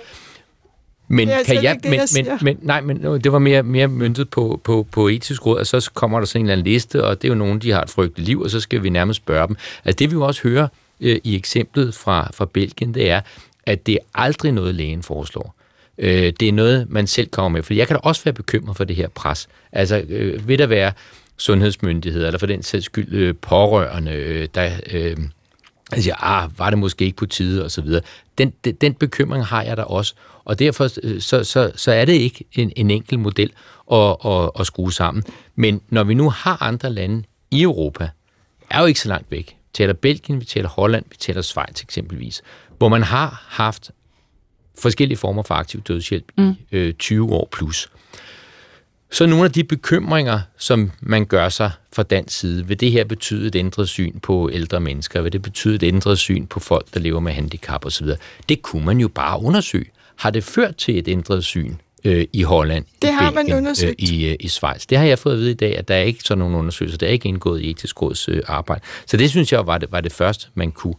Men kan jeg, det, men, jeg men, men, nej, men det var mere, mere møntet på, på, på Etisk Råd, og så kommer der sådan en eller anden liste, og det er jo nogen, de har et frygteligt liv, og så skal vi nærmest spørge dem. Altså det vi jo også hører øh, i eksemplet fra, fra Belgien, det er, at det er aldrig noget, lægen foreslår. Øh, det er noget, man selv kommer med, for jeg kan da også være bekymret for det her pres. Altså øh, vil der være sundhedsmyndigheder, eller for den sags skyld øh, pårørende, øh, der øh, siger, ah, var det måske ikke på tide, og så videre. Den, den, den bekymring har jeg da også, og derfor så, så, så er det ikke en, en enkel model at, at, at skrue sammen. Men når vi nu har andre lande i Europa, er jo ikke så langt væk. Vi taler Belgien, vi taler Holland, vi taler Schweiz eksempelvis, hvor man har haft forskellige former for aktiv dødshjælp mm. i øh, tyve år plus. Så nogle af de bekymringer, som man gør sig fra dansk side, vil det her betyde et ændret syn på ældre mennesker? Vil det betyde et ændret syn på folk, der lever med handicap osv.? Det kunne man jo bare undersøge. Har det ført til et ændret syn øh, i Holland, det i har Belgien, man undersøgt. Øh, i, øh, i Schweiz. Det har jeg fået at vide i dag, at der er ikke sådan nogle undersøgelser, der er ikke indgået i etisk råds øh, arbejde. Så det synes jeg var det, var det første, man kunne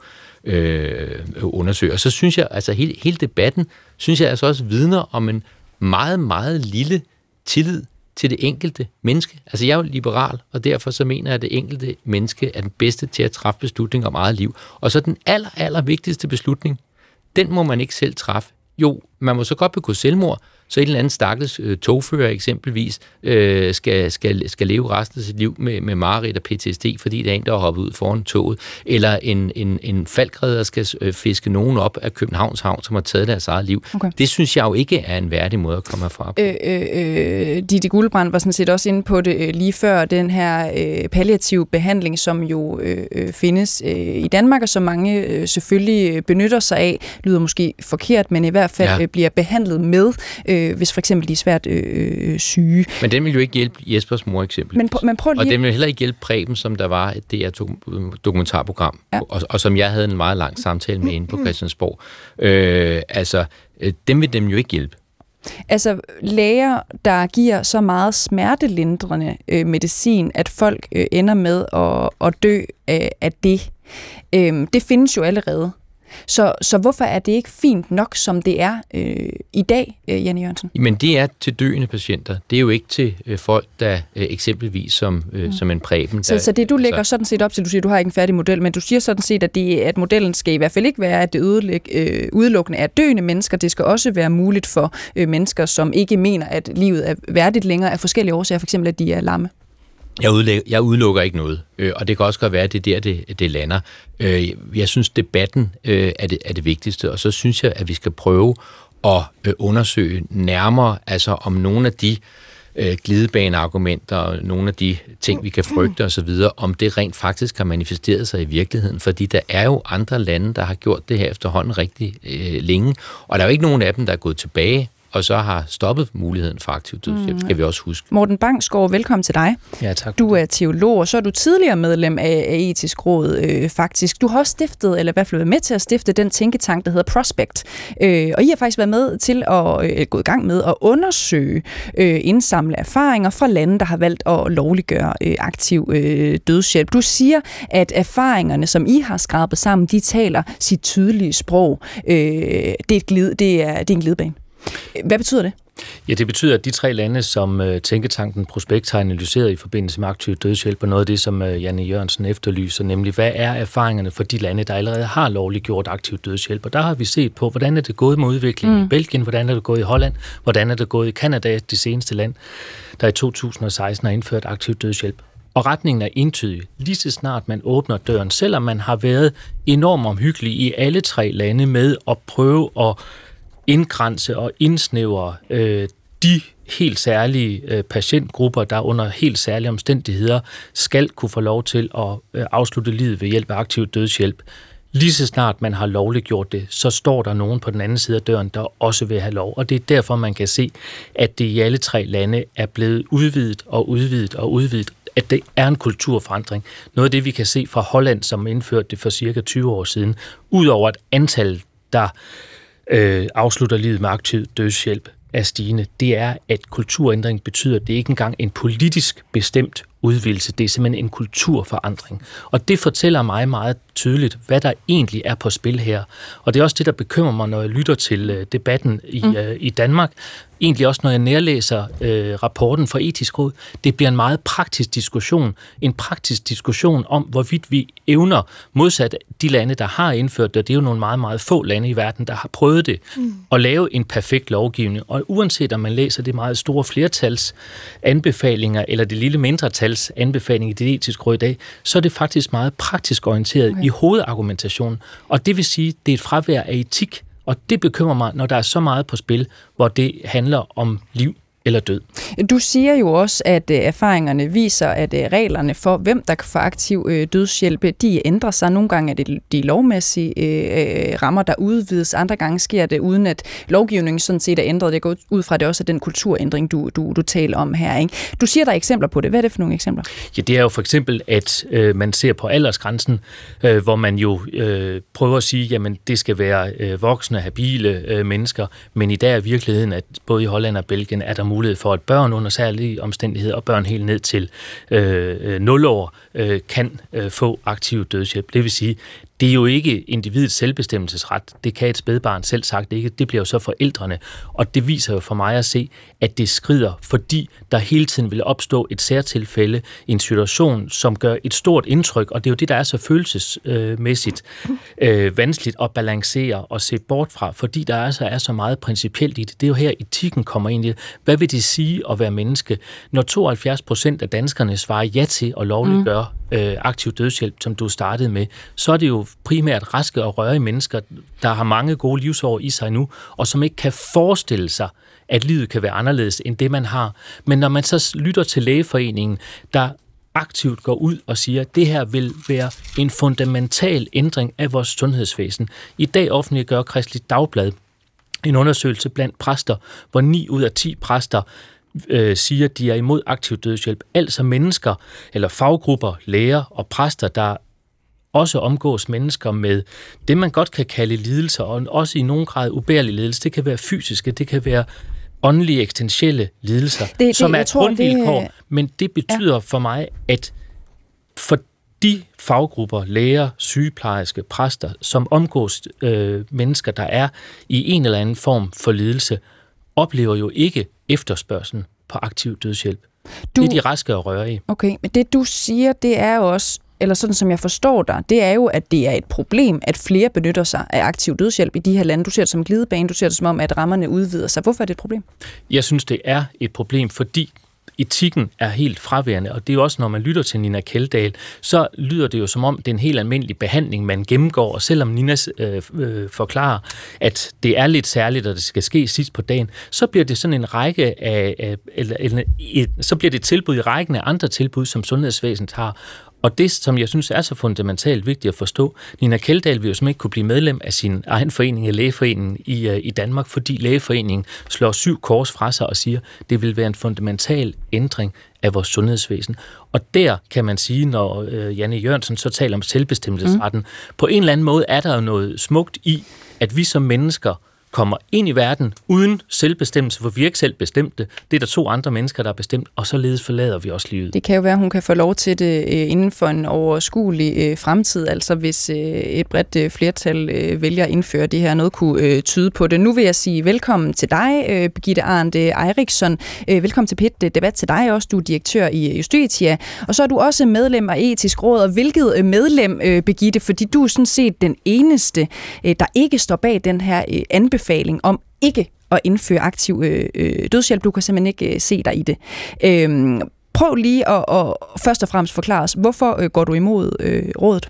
øh, undersøge. Og så synes jeg, altså hele, hele debatten, synes jeg altså også vidner om en meget, meget lille tillid til det enkelte menneske. Altså jeg er jo liberal, og derfor så mener jeg, at det enkelte menneske er den bedste til at træffe beslutninger om eget liv. Og så den aller, aller vigtigste beslutning, den må man ikke selv træffe. Jo, man må så godt begå selvmord, så en eller anden stakkels øh, togfører eksempelvis øh, skal, skal, skal leve resten af sit liv med, med mareridt og P T S D, fordi der er en, der har hoppet ud foran toget. Eller en, en, en falkredder skal øh, fiske nogen op af Københavns Havn, som har taget deres eget liv. Okay. Det synes jeg jo ikke er en værdig måde at komme herfra på. Øh, øh, Ditte Guldbrand var sådan set også inde på det øh, lige før, den her øh, palliative behandling, som jo øh, øh, findes øh, i Danmark, og som mange øh, selvfølgelig benytter sig af, lyder måske forkert, men i hvert fald ja. øh, bliver behandlet med, øh, hvis for eksempel de er svært øh, syge. Men den vil jo ikke hjælpe Jespers mor eksempelvis. Men, men prøv lige... Og den vil heller ikke hjælpe Preben, som der var et D R-dokumentarprogram, ja. og, og som jeg havde en meget lang samtale med inde på Christiansborg. Øh, altså, øh, dem vil dem jo ikke hjælpe. Altså læger, der giver så meget smertelindrende øh, medicin, at folk øh, ender med at, at dø af, af det, øh, det findes jo allerede. Så, så hvorfor er det ikke fint nok, som det er øh, i dag, øh, Janne Jørgensen? Men det er til døende patienter. Det er jo ikke til øh, folk, der øh, eksempelvis som, øh, mm. som en Preben. Så, der, så det du lægger altså, sådan set op til, du siger, du har ikke en færdig model, men du siger sådan set, at, det, at modellen skal i hvert fald ikke være, at det ødelæg, øh, udelukkende er døende mennesker. Det skal også være muligt for øh, mennesker, som ikke mener, at livet er værdigt længere af forskellige årsager, f.eks. at de er lamme. Jeg, udlæg, jeg udelukker ikke noget, øh, og det kan også godt være, at det er der, det, det lander. Øh, jeg synes, debatten øh, er, det, er det vigtigste, og så synes jeg, at vi skal prøve at øh, undersøge nærmere, altså om nogle af de øh, glidebaneargumenter og nogle af de ting, vi kan frygte osv., om det rent faktisk har manifesteret sig i virkeligheden, fordi der er jo andre lande, der har gjort det her efterhånden rigtig øh, længe, og der er jo ikke nogen af dem, der er gået tilbage og så har stoppet muligheden for aktiv dødshjælp, skal vi også huske. Morten Bangsgaard, velkommen til dig. Ja, tak. Du er teolog, og så er du tidligere medlem af, af Etisk Råd, øh, faktisk. Du har også stiftet, eller i hvert fald været med til at stifte den tænketank, der hedder Prospect. Øh, og I har faktisk været med til at øh, gå i gang med at undersøge, øh, indsamle erfaringer fra lande, der har valgt at lovliggøre øh, aktiv øh, dødshjælp. Du siger, at erfaringerne, som I har skrabet sammen, de taler sit tydelige sprog. Øh, det, er et glid, det, er, det er en glidebane. Hvad betyder det? Ja, det betyder, at de tre lande, som uh, Tænketanken Prospekt har analyseret i forbindelse med aktiv dødshjælp, og noget af det, som uh, Janne Jørgensen efterlyser, nemlig hvad er erfaringerne for de lande, der allerede har lovliggjort aktiv dødshjælp. Og der har vi set på, hvordan er det gået med udviklingen mm. i Belgien, hvordan er det gået i Holland, hvordan er det gået i Canada, det seneste land, der i to tusind og seksten har indført aktiv dødshjælp. Og retningen er entydig. Lige så snart man åbner døren, selvom man har været enormt omhyggelig i alle tre lande med at prøve at indgrænse og indsnævre øh, de helt særlige øh, patientgrupper, der under helt særlige omstændigheder skal kunne få lov til at øh, afslutte livet ved hjælp af aktiv dødshjælp. Lige så snart man har lovliggjort det, så står der nogen på den anden side af døren, der også vil have lov. Og det er derfor, man kan se, at det i alle tre lande er blevet udvidet og udvidet og udvidet. At det er en kulturforandring. Noget af det, vi kan se fra Holland, som indførte det for cirka tyve år siden, udover et antal, der øh, afslutter livet med aktiv dødshjælp, er stigende, det er, at kulturændring betyder, at det ikke engang en politisk bestemt udvidelse, det er simpelthen en kulturforandring. Og det fortæller mig meget tydeligt, hvad der egentlig er på spil her. Og det er også det, der bekymrer mig, når jeg lytter til uh, debatten i, uh, i Danmark. Egentlig også, når jeg nærlæser uh, rapporten fra Etisk Råd. Det bliver en meget praktisk diskussion. En praktisk diskussion om, hvorvidt vi evner, modsat de lande, der har indført det, det er jo nogle meget, meget få lande i verden, der har prøvet det, mm. at lave en perfekt lovgivning. Og uanset om man læser det meget store flertals anbefalinger, eller det lille mindretals anbefaling i det etiske råd i dag, så er det faktisk meget praktisk orienteret okay. i hovedargumentationen. Og det vil sige, at det er et fravær af etik, og det bekymrer mig, når der er så meget på spil, hvor det handler om liv eller død. Du siger jo også, at erfaringerne viser, at reglerne for, hvem der kan få aktiv dødshjælp, de ændrer sig. Nogle gange er det de lovmæssige rammer, der udvides. Andre gange sker det, uden at lovgivningen sådan set er ændret. Det går ud fra, det også er den kulturændring, du, du, du taler om her. Ikke? Du siger, der er eksempler på det. Hvad er det for nogle eksempler? Ja, det er jo for eksempel, at øh, man ser på aldersgrænsen, øh, hvor man jo øh, prøver at sige, jamen det skal være øh, voksne, habile øh, mennesker, men i dag er virkeligheden, at både i Holland og Belgien er der mulighed for, at børn under særlige omstændigheder og børn helt ned til øh, nul år øh, kan øh, få aktiv dødshjælp. Det vil sige, det er jo ikke individets selvbestemmelsesret. Det kan et spædbarn selv sagt ikke. Det bliver jo så forældrene. Og det viser jo for mig at se, at det skrider, fordi der hele tiden vil opstå et særtilfælde i en situation, som gør et stort indtryk. Og det er jo det, der er så følelsesmæssigt øh, vanskeligt at balancere og se bort fra, fordi der altså er så meget principielt i det. Det er jo her, etikken kommer ind i. Hvad vil det sige at være menneske? Når tooghalvfjerds procent af danskerne svarer ja til at lovliggøre øh, aktiv dødshjælp, som du startede med, så er det jo primært raske og rørige mennesker, der har mange gode livsår i sig nu, og som ikke kan forestille sig, at livet kan være anderledes end det, man har. Men når man så lytter til Lægeforeningen, der aktivt går ud og siger, at det her vil være en fundamental ændring af vores sundhedsvæsen. I dag offentliggør Kristeligt Dagblad en undersøgelse blandt præster, hvor ni ud af ti præster øh, siger, at de er imod aktiv dødshjælp. Altså mennesker, eller faggrupper, læger og præster, der også omgås mennesker med det, man godt kan kalde lidelser, og også i nogen grad ubærlige lidelser. Det kan være fysiske, det kan være åndelige, eksistentielle lidelser, det, det, som er et grundvilkår. Det... Men det betyder ja. for mig, at for de faggrupper, læger, sygeplejerske, præster, som omgås øh, mennesker, der er i en eller anden form for lidelse, oplever jo ikke efterspørgslen på aktiv dødshjælp. Du... Det er de raske og rørige. Okay, men det du siger, det er jo også, eller sådan som jeg forstår dig, det er jo, at det er et problem, at flere benytter sig af aktiv dødshjælp i de her lande. Du ser det som glidebane, du ser det som om, at rammerne udvider sig. Hvorfor er det et problem? Jeg synes, det er et problem, fordi etikken er helt fraværende, og det er jo også, når man lytter til Nina Kjeldahl, så lyder det jo som om, det er en helt almindelig behandling, man gennemgår, og selvom Nina øh, øh, forklarer, at det er lidt særligt, og det skal ske sidst på dagen, så bliver det sådan en række af, af eller, eller, et, så bliver det et tilbud i rækken af andre tilbud, som sundhedsvæsenet har. Og det, som jeg synes er så fundamentalt vigtigt at forstå, Nina Kjeldahl vil jo simpelthen ikke kunne blive medlem af sin egen forening, af Lægeforeningen i, uh, i Danmark, fordi Lægeforeningen slår syv kors fra sig og siger, at det vil være en fundamental ændring af vores sundhedsvæsen. Og der kan man sige, når uh, Janne Jørgensen så taler om selvbestemmelsesretten, mm. på en eller anden måde er der jo noget smukt i, at vi som mennesker kommer ind i verden uden selvbestemmelse, for vi er ikke selv bestemte. Det er der to andre mennesker, der er bestemt, og således forlader vi også livet. Det kan jo være, at hun kan få lov til det øh, inden for en overskuelig øh, fremtid, altså hvis øh, et bredt øh, flertal øh, vælger at indføre det her. Noget kunne øh, tyde på det. Nu vil jeg sige velkommen til dig, øh, Birgitte Arndt Eiriksson. Øh, velkommen til P et Debat til dig også. Du er direktør i Justitia, og så er du også medlem af Etisk Råd. Og hvilket medlem, øh, Birgitte, fordi du er sådan set den eneste, øh, der ikke står bag den her øh, anbefaling om ikke at indføre aktiv øh, dødshjælp. Du kan simpelthen ikke øh, se dig i det. Øh, prøv lige at, at først og fremmest forklare os, hvorfor øh, går du imod øh, rådet?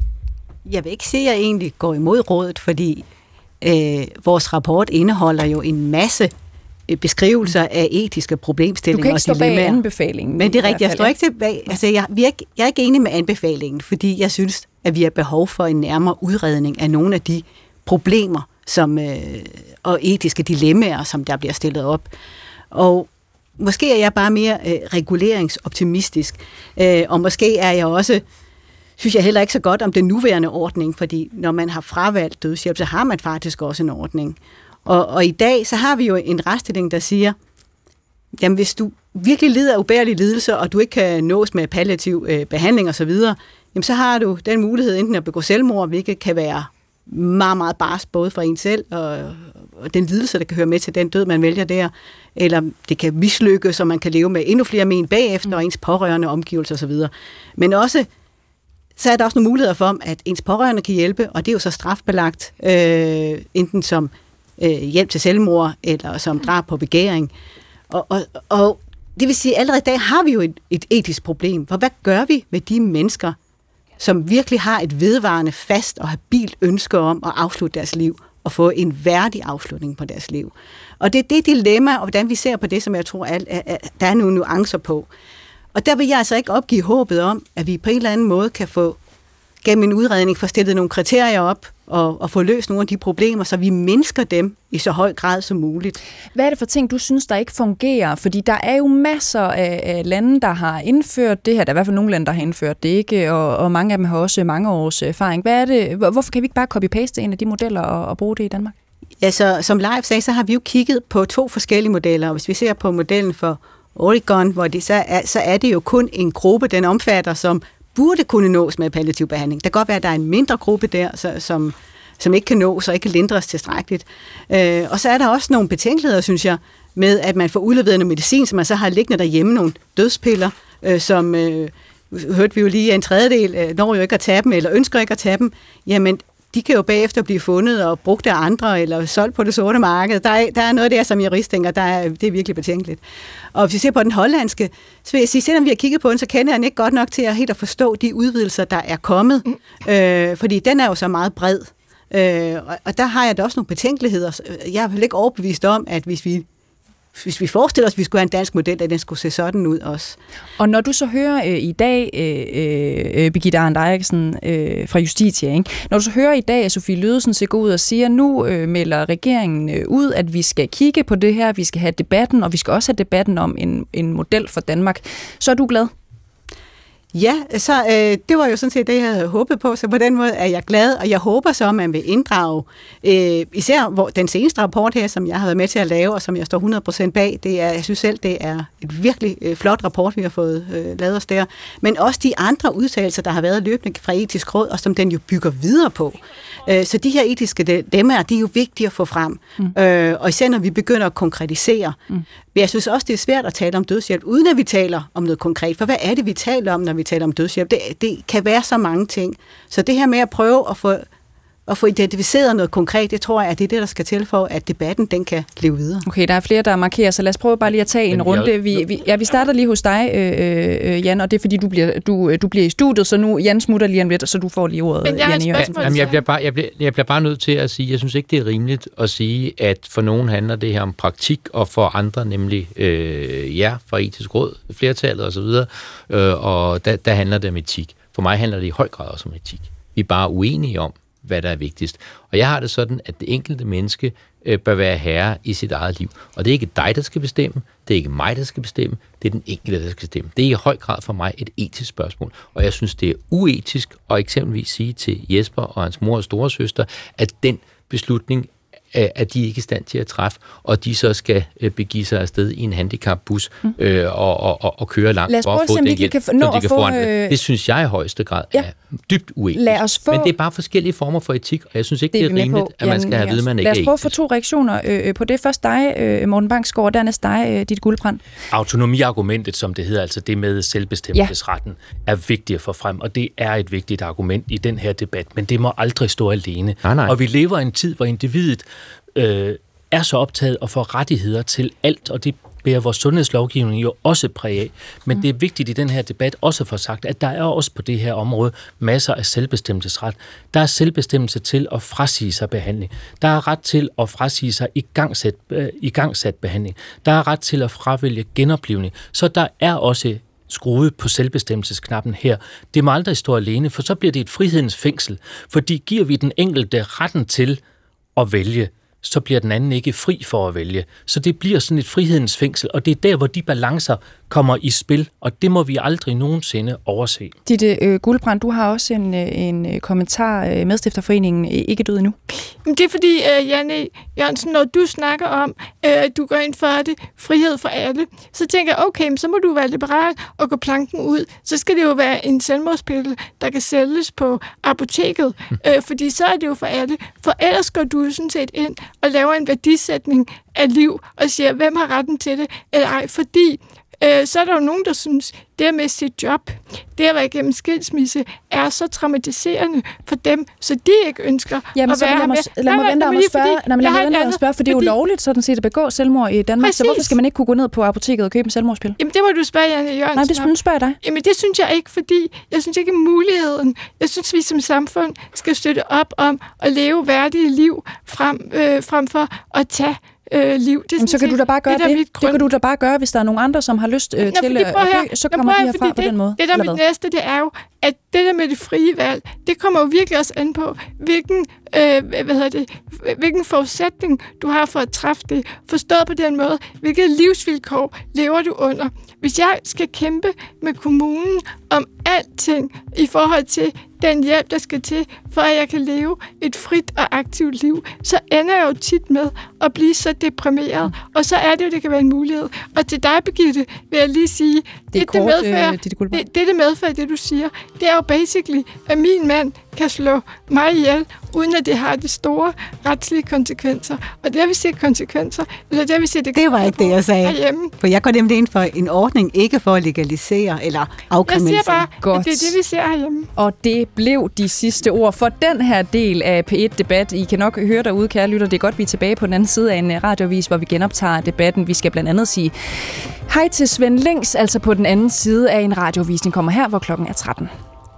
Jeg vil ikke sige, at jeg egentlig går imod rådet, fordi øh, vores rapport indeholder jo en masse øh, beskrivelser af etiske problemstillinger. Du kan ikke stå bag anbefalingen. Men det er rigtigt, jeg står ikke tilbage. Altså, jeg, vi er ikke, jeg er ikke enig med anbefalingen, fordi jeg synes, at vi har behov for en nærmere udredning af nogle af de problemer, som, øh, og etiske dilemmaer, som der bliver stillet op. Og måske er jeg bare mere øh, reguleringsoptimistisk, øh, og måske er jeg også, synes jeg heller ikke så godt om den nuværende ordning, fordi når man har fravalgt dødshjælp, så har man faktisk også en ordning. Og, og i dag, så har vi jo en retsstilling, der siger, jamen hvis du virkelig lider af ubærlige lidelser, og du ikke kan nås med palliativ øh, behandling osv., jamen så har du den mulighed enten at begå selvmord, hvilket kan være meget, meget barsk, både for en selv og, og den lidelse, der kan høre med til den død, man vælger der, eller det kan mislykkes, så man kan leve med endnu flere men bagefter, og ens pårørende omgivelser osv. Men også, så er der også nogle muligheder for, at ens pårørende kan hjælpe, og det er jo så strafbelagt, øh, enten som øh, hjælp til selvmord, eller som drab på begæring. Og, og, og det vil sige, at allerede i dag har vi jo et, et etisk problem, for hvad gør vi med de mennesker, som virkelig har et vedvarende, fast og habilt ønske om at afslutte deres liv og få en værdig afslutning på deres liv. Og det er det dilemma, og hvordan vi ser på det, som jeg tror, at, at, at der er nogle nuancer på. Og der vil jeg altså ikke opgive håbet om, at vi på en eller anden måde kan få gennem en udredning få stillet nogle kriterier op og, og få løst nogle af de problemer, så vi mindsker dem i så høj grad som muligt. Hvad er det for ting, du synes, der ikke fungerer? Fordi der er jo masser af, af lande, der har indført det her. Der er i hvert fald nogle lande, der har indført det, ikke? Og, og mange af dem har også mange års erfaring. Hvad er det? Hvorfor kan vi ikke bare copy-paste en af de modeller og, og bruge det i Danmark? Altså, som Leif sagde, så har vi jo kigget på to forskellige modeller. Hvis vi ser på modellen for Oregon, hvor det, så, er, så er det jo kun en gruppe, den omfatter, som burde kunne nås med palliativ behandling. Det kan godt være, at der er en mindre gruppe der, så, som, som ikke kan nås og ikke kan lindres tilstrækkeligt. Øh, og så er der også nogle betænkeligheder, synes jeg, med at man får udleveret noget medicin, som man så har liggende derhjemme, nogle dødspiller, øh, som øh, hørte vi jo lige, en tredjedel øh, når jo ikke at tage dem, eller ønsker ikke at tage dem. Jamen, de kan jo bagefter blive fundet og brugt af andre, eller solgt på det sorte marked. Der er, der er noget der, som jurist tænker, der er, det er virkelig betænkeligt. Og hvis vi ser på den hollandske, så vil jeg sige, selvom vi har kigget på den, så kender jeg den ikke godt nok til at helt at forstå de udvidelser, der er kommet. Mm. Øh, fordi den er jo så meget bred. Øh, og, og der har jeg da også nogle betænkeligheder. Jeg er vel ikke overbevist om, at hvis vi Hvis vi forestiller os, at vi skulle have en dansk model, at den skulle se sådan ud også. Og når du så hører øh, i dag, øh, øh, Birgitte Arndt Eirichsen øh, fra Justitia, ikke? Når du så hører i dag, at Sofie Lødesen så går ud og siger, nu øh, melder regeringen øh, ud, at vi skal kigge på det her, vi skal have debatten, og vi skal også have debatten om en, en model for Danmark, så er du glad? Ja, så øh, det var jo sådan set det, jeg havde håbet på, så på den måde er jeg glad, og jeg håber så, at man vil inddrage, øh, især hvor den seneste rapport her, som jeg har været med til at lave, og som jeg står hundrede procent bag, det er, jeg synes selv, det er et virkelig øh, flot rapport, vi har fået øh, lavet os der, men også de andre udtalelser, der har været løbende fra Etisk Råd, og som den jo bygger videre på. Øh, så de her etiske dilemmaer, de er jo vigtige at få frem, mm. øh, og især når vi begynder at konkretisere. Mm. Men jeg synes også, det er svært at tale om dødshjælp, uden at vi taler om noget konkret, for hvad er det, vi taler om, når vi taler om dødshjælp? Det, det kan være så mange ting. Så det her med at prøve at få, at få identificeret noget konkret, det tror jeg, at det er det, der skal til for, at debatten den kan leve videre. Okay, der er flere, der markerer, så lad os prøve bare lige at tage en Men runde. Jeg, vi, vi, ja, vi starter lige hos dig, øh, Jan, og det er fordi, du bliver, du, du bliver i studiet, så nu Jan smutter lige om lidt, så du får lige ordet, Men jeg Jan Jørgensen. Jamen, jeg, bliver bare, jeg, bliver, jeg bliver bare nødt til at sige, jeg synes ikke, det er rimeligt at sige, at for nogen handler det her om praktik, og for andre, nemlig øh, jer fra Etisk Råd, flertallet osv., øh, og der, der handler det om etik. For mig handler det i høj grad også om etik. Vi er bare uenige om, hvad der er vigtigst. Og jeg har det sådan, at det enkelte menneske øh, bør være herre i sit eget liv. Og det er ikke dig, der skal bestemme, det er ikke mig, der skal bestemme, det er den enkelte, der skal bestemme. Det er i høj grad for mig et etisk spørgsmål. Og jeg synes, det er uetisk at eksempelvis sige til Jesper og hans mor og storesøster, at den beslutning at de ikke er i stand til at træffe, og de så skal begive sig afsted i en handicapbus mm. øh, og, og, og køre langt for at få den hjælp, som de kan få andre. Det synes jeg i højeste grad ja. er dybt uetisk. Få... Men det er bare forskellige former for etik, og jeg synes ikke, det er, det er rimeligt, på. at man skal have at vide, at man ikke er etisk. Lad os prøve at få to reaktioner øh, på det. Først dig, øh, Morten Bangsgaard, dernæst dig, øh, Ditte Guldbrand. Autonomiargumentet, som det hedder, altså det med selvbestemmelsesretten, ja. er vigtigt at få frem, og det er et vigtigt argument i den her debat, men det må aldrig stå alene. Nej, nej. Og vi lever i en tid, hvor individet øh, er så optaget og får rettigheder til alt, og det bærer vores sundhedslovgivning jo også præg af. Men mm. det er vigtigt i den her debat også for sagt, at der er også på det her område masser af selvbestemmelsesret. Der er selvbestemmelse til at frasige sig behandling. Der er ret til at frasige sig igangsat, øh, igangsat behandling. Der er ret til at fravælge genoplivning. Så der er også skruet på selvbestemmelsesknappen her. Det må aldrig stå alene, for så bliver det et frihedens fængsel. Fordi giver vi den enkelte retten til at vælge, så bliver den anden ikke fri for at vælge. Så det bliver sådan et frihedens fængsel, og det er der, hvor de balancer kommer i spil, og det må vi aldrig nogensinde overse. Ditte øh, Guldbrand, du har også en, en kommentar, øh, Medstifterforeningen Ikke Død Endnu. Det er fordi, øh, Janne Jørgensen, når du snakker om, at øh, du går ind for det, frihed for alle, så tænker jeg, okay, så må du være liberal og gå planken ud. Så skal det jo være en selvmordspille, der kan sælges på apoteket, øh, fordi så er det jo for alle. For ellers går du sådan set ind og laver en værdisætning af liv og siger, hvem har retten til det, eller ej, fordi øh, så er der jo nogen, der synes, det med sit job, det at være igennem skilsmisse, er så traumatiserende for dem, så de ikke ønsker Jamen, at være med. med. Lad mig vente om at spørge, nej, men lad mig vente om at spørge, for det er jo lovligt sådan set at begå selvmord i Danmark, Præcis. Så hvorfor skal man ikke kunne gå ned på apoteket og købe en selvmordspille? Jamen det må du spørge Janne Jørgensen. Nej, det skulle du spørge dig. Jamen det synes jeg ikke, fordi jeg synes ikke muligheden. Jeg synes, vi som samfund skal støtte op om at leve værdige liv frem, øh, frem for at tage øh, liv. Det Jamen, så kan du da bare gøre det. Det, det kan du da bare gøre, hvis der er nogen andre, som har lyst øh, Nå, til at dø, så kommer de herfra på det, den måde. Det der med det næste, det er jo, at det der med det frie valg, det kommer jo virkelig også an på, hvilken, øh, hvad hedder det, hvilken forudsætning du har for at træffe det. Forstået på den måde, hvilke livsvilkår lever du under. Hvis jeg skal kæmpe med kommunen om alting i forhold til den hjælp, der skal til, for at jeg kan leve et frit og aktivt liv, så ender jeg jo tit med at blive så deprimeret. Og så er det jo, det kan være en mulighed. Og til dig, Birgitte, vil jeg lige sige, det, det, det, medfører, det, det, det medfører, det du siger, det er jo basically, at min mand kan slå mig ihjel, uden at det har de store retslige konsekvenser. Og det har vi set konsekvenser, eller det har vi set, det, det var ikke det, jeg sagde. Herhjemme. For jeg går nemlig ind for en ordning, ikke for at legalisere eller afkriminalisere. Jeg siger bare, Godt. at det er det, vi ser herhjemme. Og det blev de sidste ord for den her del af P et-debat. I kan nok høre derude, kære lytter, det er godt, vi er tilbage på den anden side af en radioavis, hvor vi genoptager debatten. Vi skal blandt andet sige hej til Svend Lings, altså på den anden side af en radioavis. Den kommer her, hvor klokken er tretten.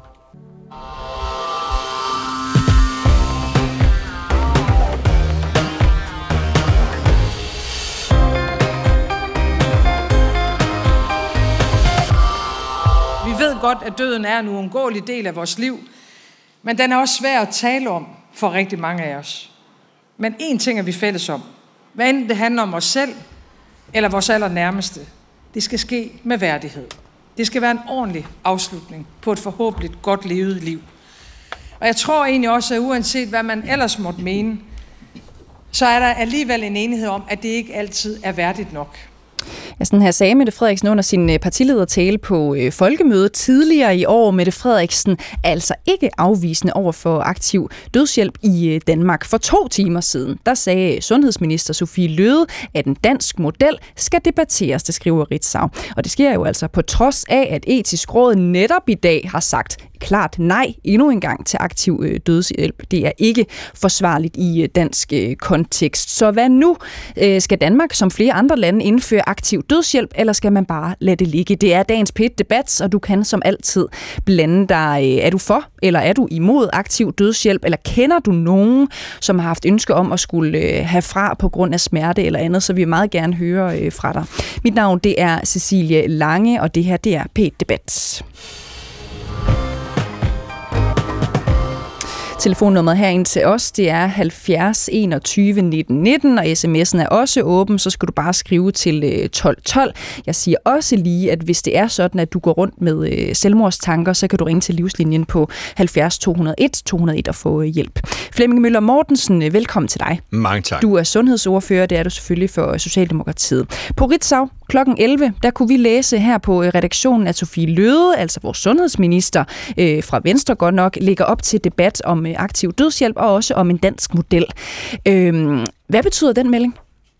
Vi ved godt, at døden er en uundgåelig del af vores liv, men den er også svær at tale om for rigtig mange af os. Men én ting er vi fælles om. Hvad enten det handler om os selv eller vores allernærmeste, det skal ske med værdighed. Det skal være en ordentlig afslutning på et forhåbentlig godt levet liv. Og jeg tror egentlig også, at uanset hvad man ellers måtte mene, så er der alligevel en enighed om, at det ikke altid er værdigt nok. Ja, sådan her sagde Mette Frederiksen under sin partiledertale på øh, folkemødet tidligere i år. Mette Frederiksen er altså ikke afvisende over for aktiv dødshjælp i øh, Danmark. For to timer siden, der sagde sundhedsminister Sophie Løhde, at en dansk model skal debatteres, det skriver Ritzau. Og det sker jo altså på trods af, at Etisk Råd netop i dag har sagt klart nej endnu en gang til aktiv øh, dødshjælp. Det er ikke forsvarligt i øh, dansk øh, kontekst. Så hvad nu? Øh, skal Danmark som flere andre lande indføre aktiv dødshjælp, eller skal man bare lade det ligge? Det er dagens P et-debat, og du kan som altid blande dig. Er du for, eller er du imod aktiv dødshjælp, eller kender du nogen, som har haft ønske om at skulle have fra på grund af smerte eller andet, så vi vil meget gerne høre fra dig. Mit navn, det er Cecilie Lange, og det her, det er P et-debat. Telefonnummeret herind til os, det er halvfjerds enogtyve nitten nitten, og sms'en er også åben, så skal du bare skrive til tolv tolv. Jeg siger også lige, at hvis det er sådan, at du går rundt med selvmordstanker, så kan du ringe til Livslinjen på halvfjerds to hundrede og en to hundrede og en og få hjælp. Flemming Møller Mortensen, velkommen til dig. Mange tak. Du er sundhedsordfører, det er du selvfølgelig for Socialdemokratiet. På Ritzau klokken elleve, der kunne vi læse her på redaktionen, at Sophie Løhde, altså vores sundhedsminister øh, fra Venstre godt nok, lægger op til debat om øh, aktiv dødshjælp og også om en dansk model. Øh, hvad betyder den melding?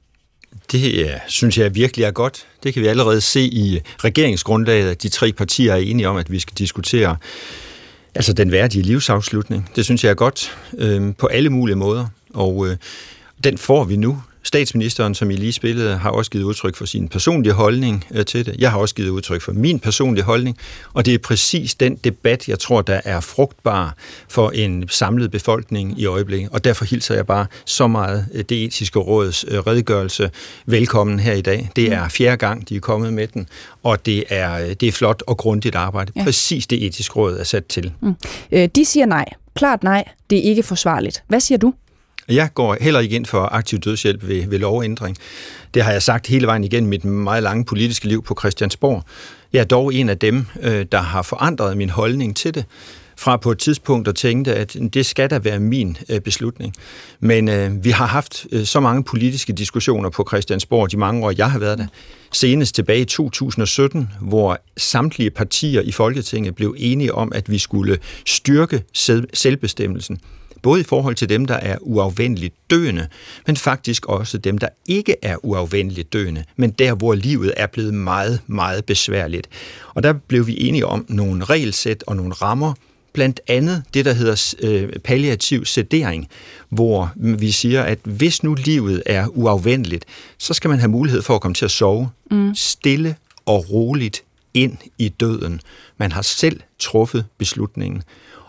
Det ja, synes jeg virkelig er godt. Det kan vi allerede se i regeringsgrundlaget, at de tre partier er enige om, at vi skal diskutere altså den værdige livsafslutning. Det synes jeg er godt øh, på alle mulige måder, og øh, den får vi nu. Statsministeren, som I lige spillede, har også givet udtryk for sin personlige holdning øh, til det. Jeg har også givet udtryk for min personlige holdning, og det er præcis den debat, jeg tror, der er frugtbar for en samlet befolkning i øjeblikket. Og derfor hilser jeg bare så meget det etiske råds øh, redegørelse velkommen her i dag. Det er fjerde gang, de er kommet med den, og det er, det er flot og grundigt arbejde. Ja. Præcis det etiske råd er sat til. Mm. Øh, de siger nej. Klart nej. Det er ikke forsvarligt. Hvad siger du? Jeg går heller ikke ind for aktiv dødshjælp ved, ved lovændring. Det har jeg sagt hele vejen igennem mit meget lange politiske liv på Christiansborg. Jeg er dog en af dem, der har forandret min holdning til det, fra på et tidspunkt at tænkte, at det skal da være min beslutning. Men øh, vi har haft øh, så mange politiske diskussioner på Christiansborg de mange år, jeg har været der. Senest tilbage i to tusind og sytten, hvor samtlige partier i Folketinget blev enige om, at vi skulle styrke selvbestemmelsen. Både i forhold til dem, der er uafvendeligt døende, men faktisk også dem, der ikke er uafvendeligt døende, men der, hvor livet er blevet meget, meget besværligt. Og der blev vi enige om nogle regelsæt og nogle rammer, blandt andet det, der hedder øh, palliativ sedering, hvor vi siger, at hvis nu livet er uafvendeligt, så skal man have mulighed for at komme til at sove mm. stille og roligt ind i døden. Man har selv truffet beslutningen.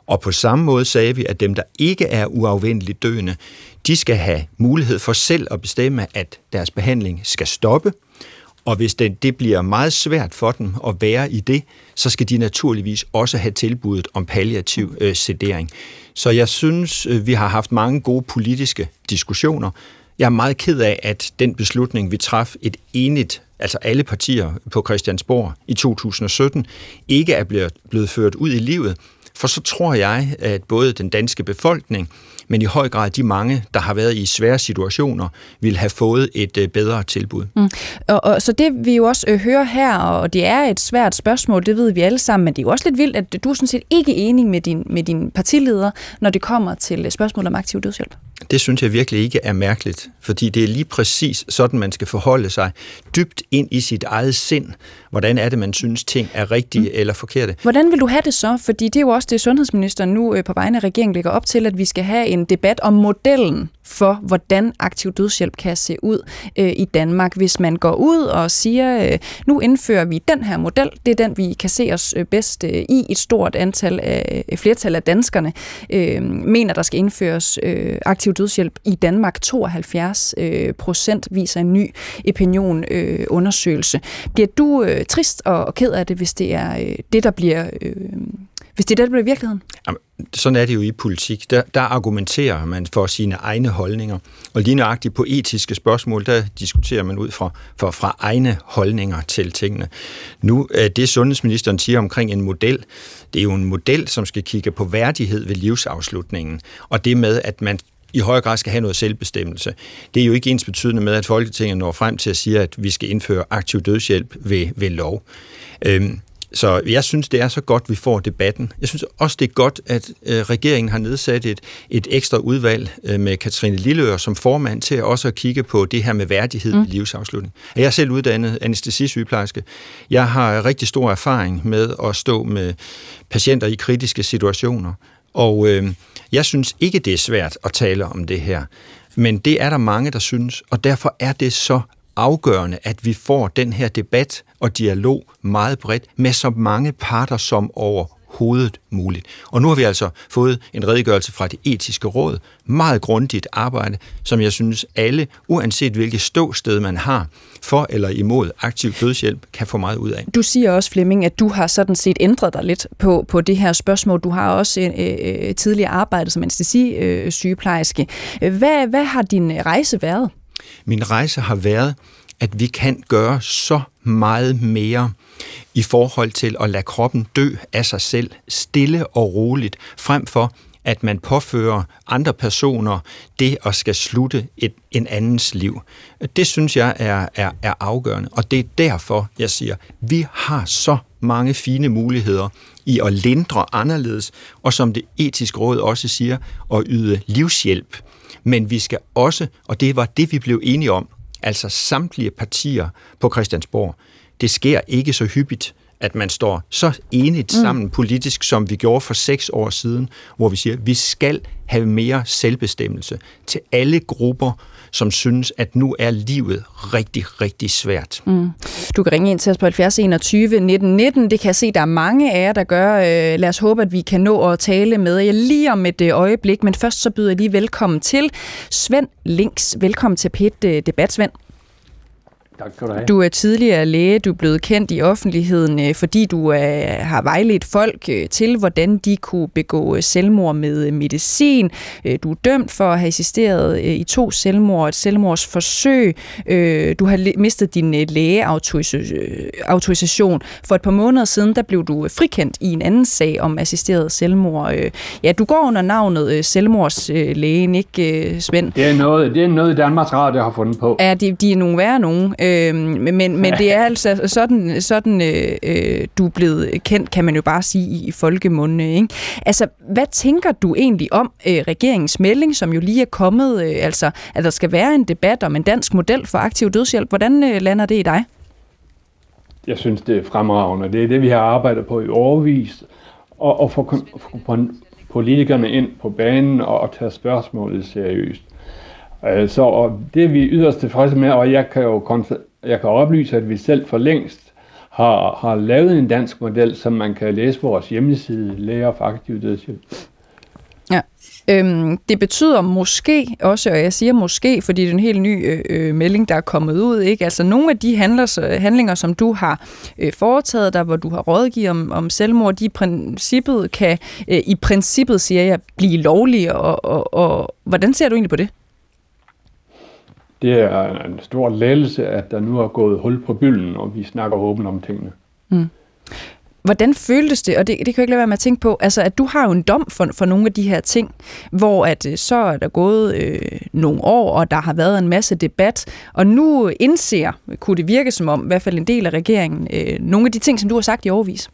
Og på samme måde sagde vi, at dem, der ikke er uafvendeligt døende, de skal have mulighed for selv at bestemme, at deres behandling skal stoppe. Og hvis det, det bliver meget svært for dem at være i det, så skal de naturligvis også have tilbuddet om palliativ øh, sedering. Så jeg synes, øh, vi har haft mange gode politiske diskussioner. Jeg er meget ked af, at den beslutning, vi traf et enigt, altså alle partier på Christiansborg i to tusind og sytten, ikke er blevet, blevet ført ud i livet. For så tror jeg, at både den danske befolkning, men i høj grad de mange, der har været i svære situationer, vil have fået et øh, bedre tilbud. Mm. Og, og så det vi jo også øh, hører her, og det er et svært spørgsmål, det ved vi alle sammen, men det er jo også lidt vildt, at du er sådan set ikke enig med din, med din partileder, når det kommer til spørgsmål om aktiv dødshjælp. Det synes jeg virkelig ikke er mærkeligt, fordi det er lige præcis sådan, man skal forholde sig dybt ind i sit eget sind. Hvordan er det, man synes, ting er rigtige mm. eller forkerte? Hvordan vil du have det så? Fordi det er jo også det, sundhedsministeren nu øh, på vegne af regeringen lægger op til, at vi skal have en debat om modellen for, hvordan aktiv dødshjælp kan se ud øh, i Danmark. Hvis man går ud og siger, øh, nu indfører vi den her model, det er den, vi kan se os øh, bedst øh, i. Et stort antal af, et flertal af danskerne øh, mener, der skal indføres øh, aktiv dødshjælp i Danmark. tooghalvfjerds procent viser en ny opinionundersøgelse. Øh, bliver du øh, trist og, og ked af det, hvis det er øh, det, der bliver... Øh, Hvis det er det, der bliver virkeligheden? Jamen, sådan er det jo i politik. Der, der argumenterer man for sine egne holdninger. Og lige nøjagtigt på etiske spørgsmål, der diskuterer man ud fra, for, fra egne holdninger til tingene. Nu er det, sundhedsministeren siger omkring en model, det er jo en model, som skal kigge på værdighed ved livsafslutningen. Og det med, at man i høj grad skal have noget selvbestemmelse. Det er jo ikke ensbetydende med, at Folketinget når frem til at sige, at vi skal indføre aktiv dødshjælp ved, ved lov. Øhm, Så jeg synes, det er så godt, vi får debatten. Jeg synes også, det er godt, at øh, regeringen har nedsat et, et ekstra udvalg øh, med Katrine Lilleør som formand til også at kigge på det her med værdighed mm. i livsafslutning. Jeg er selv uddannet anæstesisygeplejerske. Jeg har rigtig stor erfaring med at stå med patienter i kritiske situationer. Og øh, jeg synes ikke, det er svært at tale om det her. Men det er der mange, der synes, og derfor er det så afgørende, at vi får den her debat og dialog meget bredt med så mange parter som overhovedet muligt. Og nu har vi altså fået en redegørelse fra Det Etiske Råd, meget grundigt arbejde, som jeg synes alle, uanset hvilket ståsted man har for eller imod aktiv dødshjælp, kan få meget ud af. Du siger også, Flemming, at du har sådan set ændret dig lidt på, på det her spørgsmål. Du har også øh, tidligere arbejdet som anæstesisygeplejerske. Hvad, hvad har din rejse været? Min rejse har været, at vi kan gøre så meget mere i forhold til at lade kroppen dø af sig selv, stille og roligt, frem for at man påfører andre personer det at skal slutte et, en andens liv. Det synes jeg er, er, er afgørende, og det er derfor, jeg siger, vi har så mange fine muligheder i at lindre anderledes, og som Det Etiske Råd også siger, at yde livshjælp. Men vi skal også, og det var det, vi blev enige om, altså samtlige partier på Christiansborg, det sker ikke så hyppigt, at man står så enigt sammen mm. politisk, som vi gjorde for seks år siden, hvor vi siger, at vi skal have mere selvbestemmelse til alle grupper, som synes, at nu er livet rigtig, rigtig svært. Mm. Du kan ringe ind til os på halvfjerds enogtyve nitten nitten. Det kan jeg se, der er mange af jer, der gør. Lad os håbe, at vi kan nå at tale med jer lige om et øjeblik. Men først så byder jeg lige velkommen til Svend Links. Velkommen til P et Debat, Svend. Tak skal du have. Du er tidligere læge, du er blevet kendt i offentligheden, fordi du har vejledt folk til, hvordan de kunne begå selvmord med medicin. Du er dømt for at have assisteret i to selvmord, et selvmordsforsøg. Du har mistet din lægeautorisation. For et par måneder siden, der blev du frikendt i en anden sag om assisteret selvmord. Ja, du går under navnet selvmordslægen, ikke Svend? Det er noget, det er noget Danmarks Radio har fundet på. Ja, de, de er nogle værre nogen. Men, men det er altså sådan, sådan øh, du er blevet kendt, kan man jo bare sige, i folkemunde, ikke? Altså, hvad tænker du egentlig om øh, regeringens melding, som jo lige er kommet, øh, altså, at der skal være en debat om en dansk model for aktiv dødshjælp? Hvordan øh, lander det i dig? Jeg synes, det er fremragende. Det er det, vi har arbejdet på i årevis, og, og få politikerne ind på banen og, og tage spørgsmålet seriøst. Så og det er vi yderst tilfredse med, og jeg kan jo jeg kan oplyse, at vi selv for længst har, har lavet en dansk model, som man kan læse på vores hjemmeside, Læger for Aktiv Dødshjælp. Ja. Øhm, det betyder måske også, og jeg siger måske, fordi det er en helt ny øh, melding, der er kommet ud, ikke? Altså nogle af de handler, handlinger, som du har øh, foretaget der, hvor du har rådgivet om, om selvmord, de i princippet kan, øh, i princippet, siger jeg, blive lovlige, og, og, og hvordan ser du egentlig på det? Det er en stor lettelse, at der nu er gået hul på bylden, og vi snakker åbent om tingene. Mm. Hvordan føltes det, og det, det kan jeg ikke lade være med at tænke på, altså at du har jo en dom for, for nogle af de her ting, hvor at så er der gået øh, nogle år, og der har været en masse debat, og nu indser, kunne det virke som om, i hvert fald en del af regeringen, øh, nogle af de ting, som du har sagt i årevis.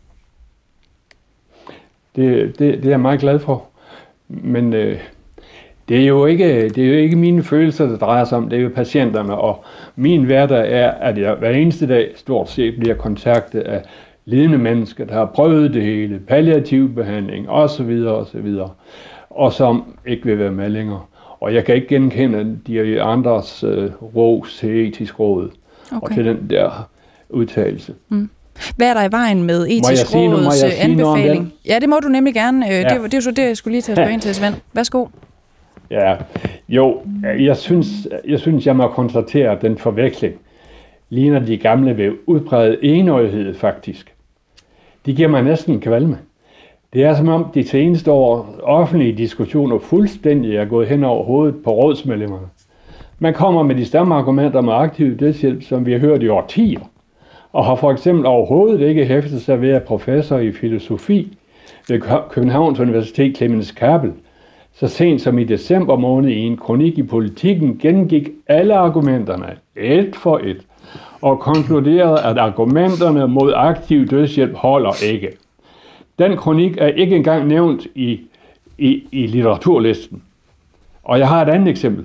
Det, det, det er jeg meget glad for, men øh, det, er jo ikke, det er jo ikke mine følelser, der drejer sig om, det er jo patienterne, og min hverdag er, at jeg hver eneste dag stort set bliver kontaktet af ledende mennesker, der har prøvet det hele, palliativ behandling osv. osv., og som ikke vil være med længere. Og jeg kan ikke genkende de andres øh, ros til etisk råd, okay, og til den der udtalelse. Mm. Hvad er der i vejen med etisk råds anbefaling? Ja, det må du nemlig gerne. Ja. Det, det er jo så det, jeg skulle lige til at spørge ind til, Svend. Værsgo. Ja, jo, jeg synes, jeg synes, jeg må konstatere, at den forveksling ligner de gamle ved udpræget enøjethed faktisk. Det giver mig næsten kvalme. Det er som om de seneste år offentlige diskussioner fuldstændig er gået hen over hovedet på rådsmedlemmerne. Man kommer med de samme argumenter med aktiv dødshjælp, som vi har hørt i årtier, og har for eksempel overhovedet ikke hæftet sig ved at professor i filosofi ved Københavns Universitet Clemens Kappel så sent som i december måned i en kronik i Politikken gennemgik alle argumenterne et for et og konkluderede, at argumenterne mod aktiv dødshjælp holder ikke. Den kronik er ikke engang nævnt i, i, i litteraturlisten. Og jeg har et andet eksempel.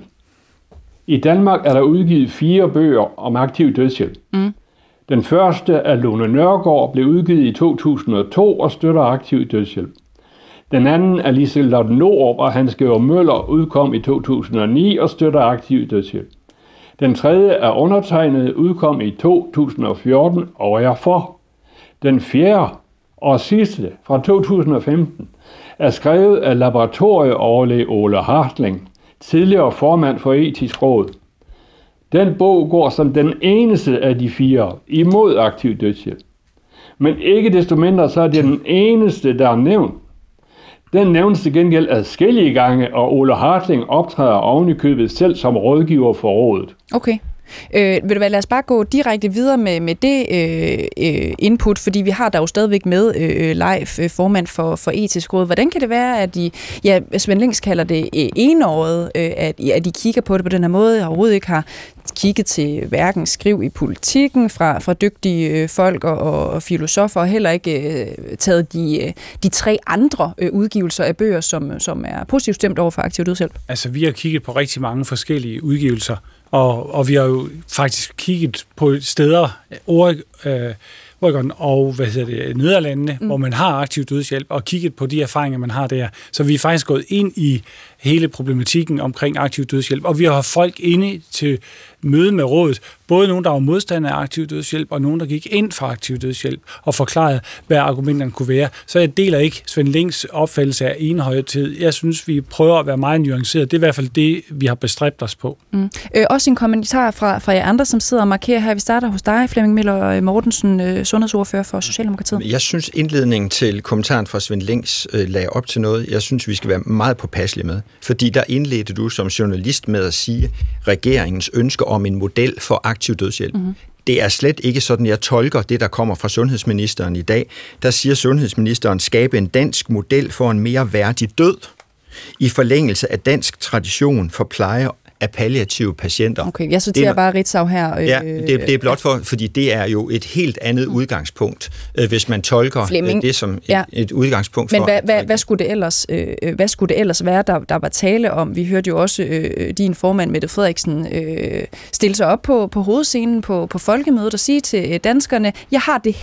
I Danmark er der udgivet fire bøger om aktiv dødshjælp. Mm. Den første af Lone Nørgaard blev udgivet i to tusind og to og støtter aktiv dødshjælp. Den anden af Liselotte Norup og Hans Georg Møller udkom i to tusind og ni og støtter aktiv dødshjælp. Den tredje er undertegnet udkom i to tusind og fjorten og er for. Den fjerde og sidste fra to tusind og femten er skrevet af laboratorieoverlæge Ole Hartling, tidligere formand for Etisk Råd. Den bog går som den eneste af de fire imod aktiv dødshjælp. Men ikke desto mindre så er det den eneste, der er nævnt. Den nævnes til gengæld adskillige gange, og Ole Hartling optræder oven i købet selv som rådgiver for rådet. Okay. Øh, vil du hvad, lad os bare gå direkte videre med, med det øh, input, fordi vi har der jo stadigvæk med øh, live formand for, for Etisk Råd. Hvordan kan det være, at de, ja, Svend Lings kalder det øh, enåret, øh, at, at de kigger på det på den her måde, og overhovedet ikke har kigget til hverken skriv i Politikken fra, fra dygtige øh, folk og, og filosofer, og heller ikke øh, taget de, øh, de tre andre øh, udgivelser af bøger, som, som er positivt stemt over for aktiv dødshjælp. Altså, vi har kigget på rigtig mange forskellige udgivelser, Og, og vi har jo faktisk kigget på steder, Oregon og hvad hedder det, Nederlandene, mm. hvor man har aktiv dødshjælp, og kigget på de erfaringer, man har der. Så vi er faktisk gået ind i hele problematikken omkring aktiv dødshjælp, og vi har folk inde til møde med rådet, både nogen, der var modstandere af aktiv dødshjælp, og nogen, der gik ind for aktiv dødshjælp, og forklarede, hvad argumenterne kunne være. Så jeg deler ikke Svend Lings opfattelse af enhøjthed. Jeg synes, vi prøver at være meget nuanceret. Det er i hvert fald det, vi har bestræbt os på. Mm. Øh, også en kommentar fra, fra jer andre, som sidder og markerer her. Vi starter hos dig, Flemming Møller Mortensen, øh, sundhedsordfører for Socialdemokratiet. Jeg synes, indledningen til kommentaren fra Svend Lings øh, lagde op til noget, jeg synes, vi skal være meget påpasselige med. Fordi der indledte du som journalist med at sige, regeringens ønske om en model for aktiv dødshjælp. Mm-hmm. Det er slet ikke sådan, jeg tolker det, der kommer fra sundhedsministeren i dag. Der siger sundhedsministeren, skabe en dansk model for en mere værdig død i forlængelse af dansk tradition for pleje af palliative patienter. Okay, jeg citerer det, bare Ritzau her. Øh, ja, det, det er blot for, fordi det er jo et helt andet mm. udgangspunkt, øh, hvis man tolker Flemming, det som et, ja. et udgangspunkt. Men for... hvad, hvad, hvad, skulle det ellers, øh, hvad skulle det ellers være, der, der var tale om? Vi hørte jo også øh, din formand, Mette Frederiksen, øh, stille sig op på, på hovedscenen på, på folkemødet og sige til danskerne, jeg har det helt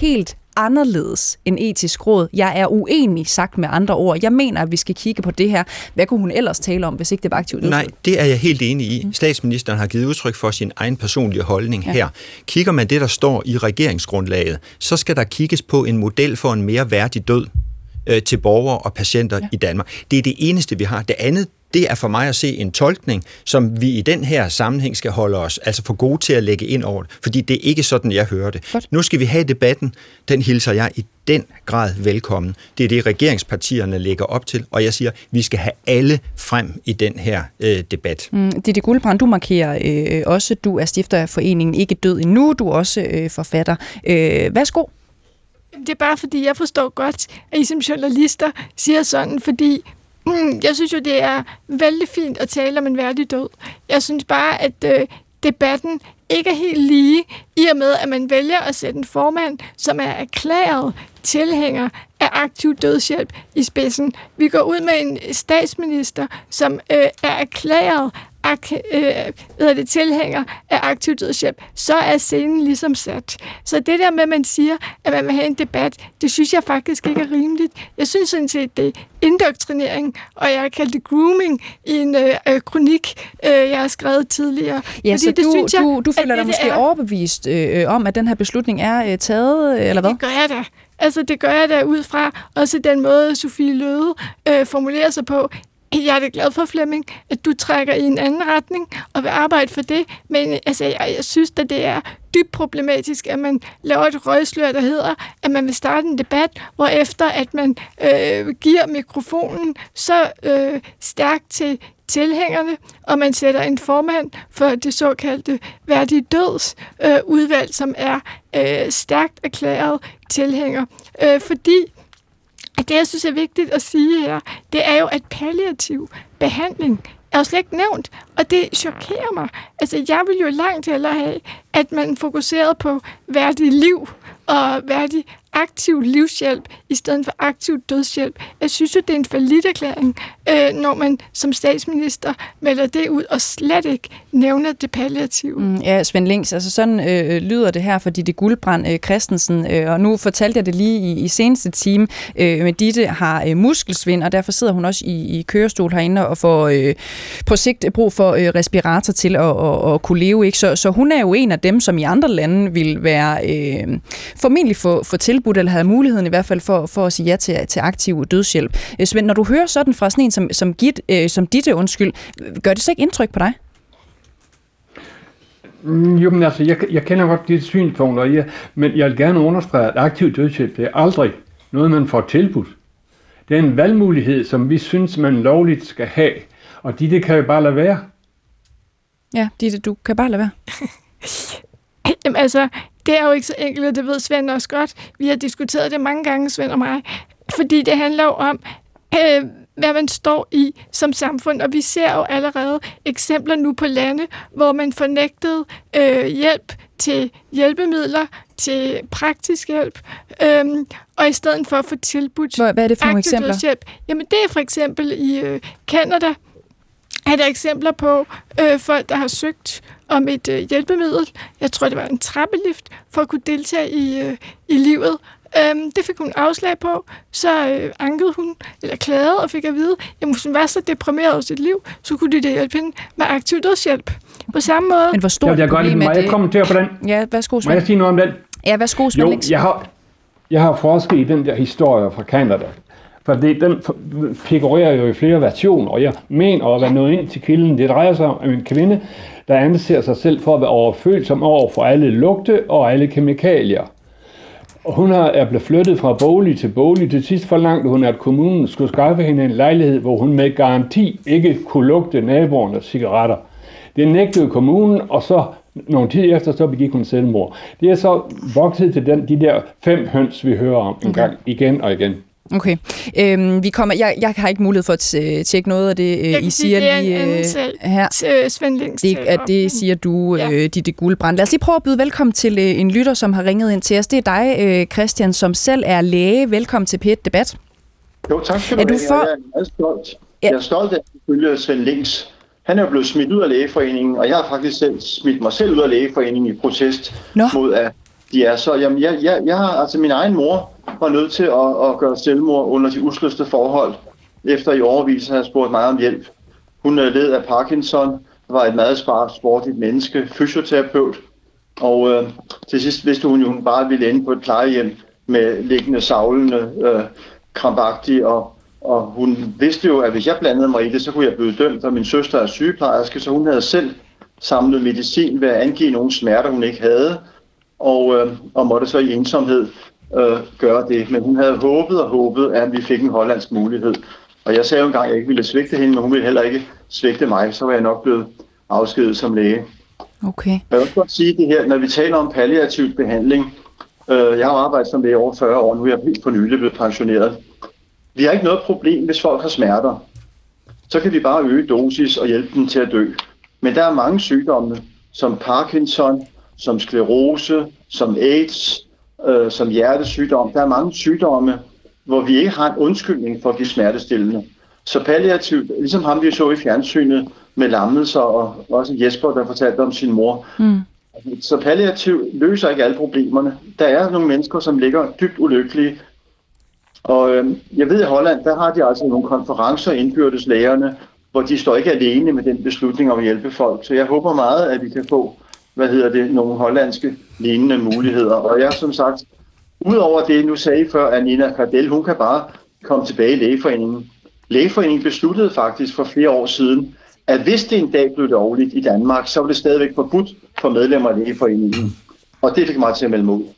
anderledes end etisk råd. Jeg er uenig, sagt med andre ord. Jeg mener, at vi skal kigge på det her. Hvad kunne hun ellers tale om, hvis ikke det var aktivt dødshjælp? Nej, det er jeg helt enig i. Statsministeren har givet udtryk for sin egen personlige holdning ja. her. Kigger man det, der står i regeringsgrundlaget, så skal der kigges på en model for en mere værdig død øh, til borgere og patienter ja. i Danmark. Det er det eneste, vi har. Det andet, det er for mig at se en tolkning, som vi i den her sammenhæng skal holde os altså for gode til at lægge ind over det, fordi det er ikke sådan, jeg hører det. Godt. Nu skal vi have debatten. Den hilser jeg i den grad velkommen. Det er det, regeringspartierne lægger op til, og jeg siger, vi skal have alle frem i den her øh, debat. Mm, Ditte Guldbrand, du markerer øh, også, du er stifter af foreningen Ikke Død Endnu, du er også øh, forfatter. Øh, værsgo. Det er bare fordi, jeg forstår godt, at I som journalister siger sådan, fordi jeg synes jo, det er vældig fint at tale om en værdig død. Jeg synes bare, at øh, debatten ikke er helt lige, i og med, at man vælger at sætte en formand, som er erklæret tilhænger af aktiv dødshjælp i spidsen. Vi går ud med en statsminister, som øh, er erklæret ak- øh, hvad er det, tilhænger af aktiv dødshjælp. Så er scenen ligesom sat. Så det der med, at man siger, at man vil have en debat, det synes jeg faktisk ikke er rimeligt. Jeg synes sådan set, det er indoktrinering, og jeg har kaldt det grooming i en øh, kronik, øh, jeg har skrevet tidligere. Ja, Fordi så det du, synes jeg, du, du føler dig det, måske er, overbevist øh, om, at den her beslutning er øh, taget, eller hvad? Det gør jeg da. Altså, det gør jeg da ud fra også den måde, Sofie Løde øh, formulerer sig på. Jeg er da glad for, Flemming, at du trækker i en anden retning og vil arbejde for det. Men altså, jeg, jeg synes, at det er dybt problematisk, at man laver et røgslør, der hedder, at man vil starte en debat, hvor efter at man øh, giver mikrofonen så øh, stærkt til tilhængerne, og man sætter en formand for det såkaldte værdige døds øh, udvalg, som er øh, stærkt erklæret tilhænger. Øh, fordi det, jeg synes er vigtigt at sige her, det er jo, at palliativ behandling er jo slet ikke nævnt, og det chokerer mig. Altså, jeg vil jo langt hellere have, at man fokuserede på værdig liv og værdig aktiv livshjælp i stedet for aktiv dødshjælp. Jeg synes jo, det er en falliterklæring, øh, når man som statsminister melder det ud og slet ikke nævner det palliative. Mm, ja, Svend Lings, altså sådan øh, lyder det her for Ditte Guldbrand øh, Christensen, øh, og nu fortalte jeg det lige i, i seneste time, øh, med Ditte har øh, muskelsvind, og derfor sidder hun også i, i kørestol herinde og får øh, på sigt brug for øh, respirator til at, at, at kunne leve. Ikke? Så, så hun er jo en af dem, som i andre lande vil være øh, formentlig få, få tilbudt, eller havde muligheden i hvert fald for, for at sige ja til, til aktiv dødshjælp. Svend, når du hører sådan fra sådan en som, som, Git, øh, som Ditte, undskyld, gør det så ikke indtryk på dig? Jo, men altså, jeg, jeg kender godt dit synspunkt, og jeg, men jeg vil gerne understrege, at aktiv dødshjælp, det er aldrig noget, man får tilbudt. Det er en valgmulighed, som vi synes, man lovligt skal have, og Ditte kan jo bare lade være. Ja, Ditte, du kan bare lade være. Jamen altså, det er jo ikke så enkelt, og det ved Svend også godt. Vi har diskuteret det mange gange, Svend og mig, fordi det handler jo om, øh, hvad man står i som samfund, og vi ser jo allerede eksempler nu på lande, hvor man fornægtede øh, hjælp til hjælpemidler, til praktisk hjælp, øh, og i stedet for at få tilbudt hvad er det for nogle eksempler? Dødshjælp. Jamen det er for eksempel i øh, Canada, er der eksempler på øh, folk, der har søgt om et øh, hjælpemiddel. Jeg tror, det var en trappelift, for at kunne deltage i, øh, i livet. Øhm, det fik hun afslag på. Så øh, ankede hun, eller klagede, og fik at vide, at hvis hun var så deprimeret over sit liv, så kunne de det hjælpe hende med aktiv dødshjælp. På samme måde. Men hvor stort et problem er det? Må jeg kommentere på den? Ja, værsgo, Svend. Må jeg sige noget om den? Ja, værsgo, Svend. Jo, jeg har, jeg har forsket i den der historie fra Canada. For det, den figurerer jo i flere versioner, og jeg mener at være nået ind til kilden. Det drejer sig om en kvinde, der anser sig selv for at være overfølsom over for alle lugte og alle kemikalier. Og hun er blevet flyttet fra bolig til bolig. Til sidst forlangte hun, at kommunen skulle skaffe hende en lejlighed, hvor hun med garanti ikke kunne lugte naboernes cigaretter. Det nægtede kommunen, og så nogle tid efter, så begik hun selvmord. Det er så vokset til den, de der fem høns, vi hører om en okay. gang igen og igen. Okay. Øhm, vi kommer, jeg, jeg har ikke mulighed for at t- tjekke noget af det, øh, I siger det er lige en sag, her. Svend Lings det, at det siger du, ja. øh, Ditte Guldbrand. Lad os lige prøve at byde velkommen til øh, en lytter, som har ringet ind til os. Det er dig, øh, Christian, som selv er læge. Velkommen til P et Debat. Jo, tak skal du, du have. For... Jeg er meget stolt. Ja. Jeg er stolt af at følge Svend Lings. Han er jo blevet smidt ud af lægeforeningen, og jeg har faktisk selv smidt mig selv ud af lægeforeningen i protest Nå. mod, at de er. Så jamen, jeg, jeg, jeg har, altså min egen mor var nødt til at, at gøre selvmord under de usløste forhold, efter i overvis havde spurgt mig om hjælp. Hun led af Parkinson, var et meget spart, sportigt menneske, fysioterapeut, og øh, til sidst vidste hun jo, hun bare ville ende på et plejehjem med liggende savlende, øh, krampagtig, og, og hun vidste jo, at hvis jeg blandede mig i det, så kunne jeg blive dømt, og min søster er sygeplejerske, så hun havde selv samlet medicin ved at angive nogle smerter, hun ikke havde, og, øh, og måtte så i ensomhed øh, gøre det. Men hun havde håbet og håbet, at vi fik en hollandsk mulighed. Og jeg sagde jo engang, at jeg ikke ville svigte hende, men hun ville heller ikke svigte mig, så var jeg nok blevet afskediget som læge. Okay. Jeg vil også godt sige det her, når vi taler om palliativ behandling. Øh, jeg har arbejdet som læge over fyrre år, nu er jeg helt for nylig blevet pensioneret. Vi har ikke noget problem, hvis folk har smerter. Så kan vi bare øge dosis og hjælpe dem til at dø. Men der er mange sygdomme, som Parkinson, som sklerose, som AIDS, øh, som hjertesygdom. Der er mange sygdomme, hvor vi ikke har en undskyldning for at give smertestillende. Så palliativt, ligesom ham vi så i fjernsynet med lammelser, og også Jesper, der fortalte om sin mor. Mm. Så palliativ løser ikke alle problemerne. Der er nogle mennesker, som ligger dybt ulykkelige. Og øh, jeg ved, at i Holland, der har de altså nogle konferencer indbyrdes lægerne, hvor de står ikke alene med den beslutning om at hjælpe folk. Så jeg håber meget, at vi kan få, hvad hedder det, nogle hollandske lignende muligheder. Og jeg som sagt, udover det, nu sagde I før, at Nina Kardel, hun kan bare komme tilbage i Lægeforeningen. Lægeforeningen besluttede faktisk for flere år siden, at hvis det en dag blev lovligt i Danmark, så var det stadigvæk forbudt for medlemmer af Lægeforeningen. Og det fik mig til at melde mod.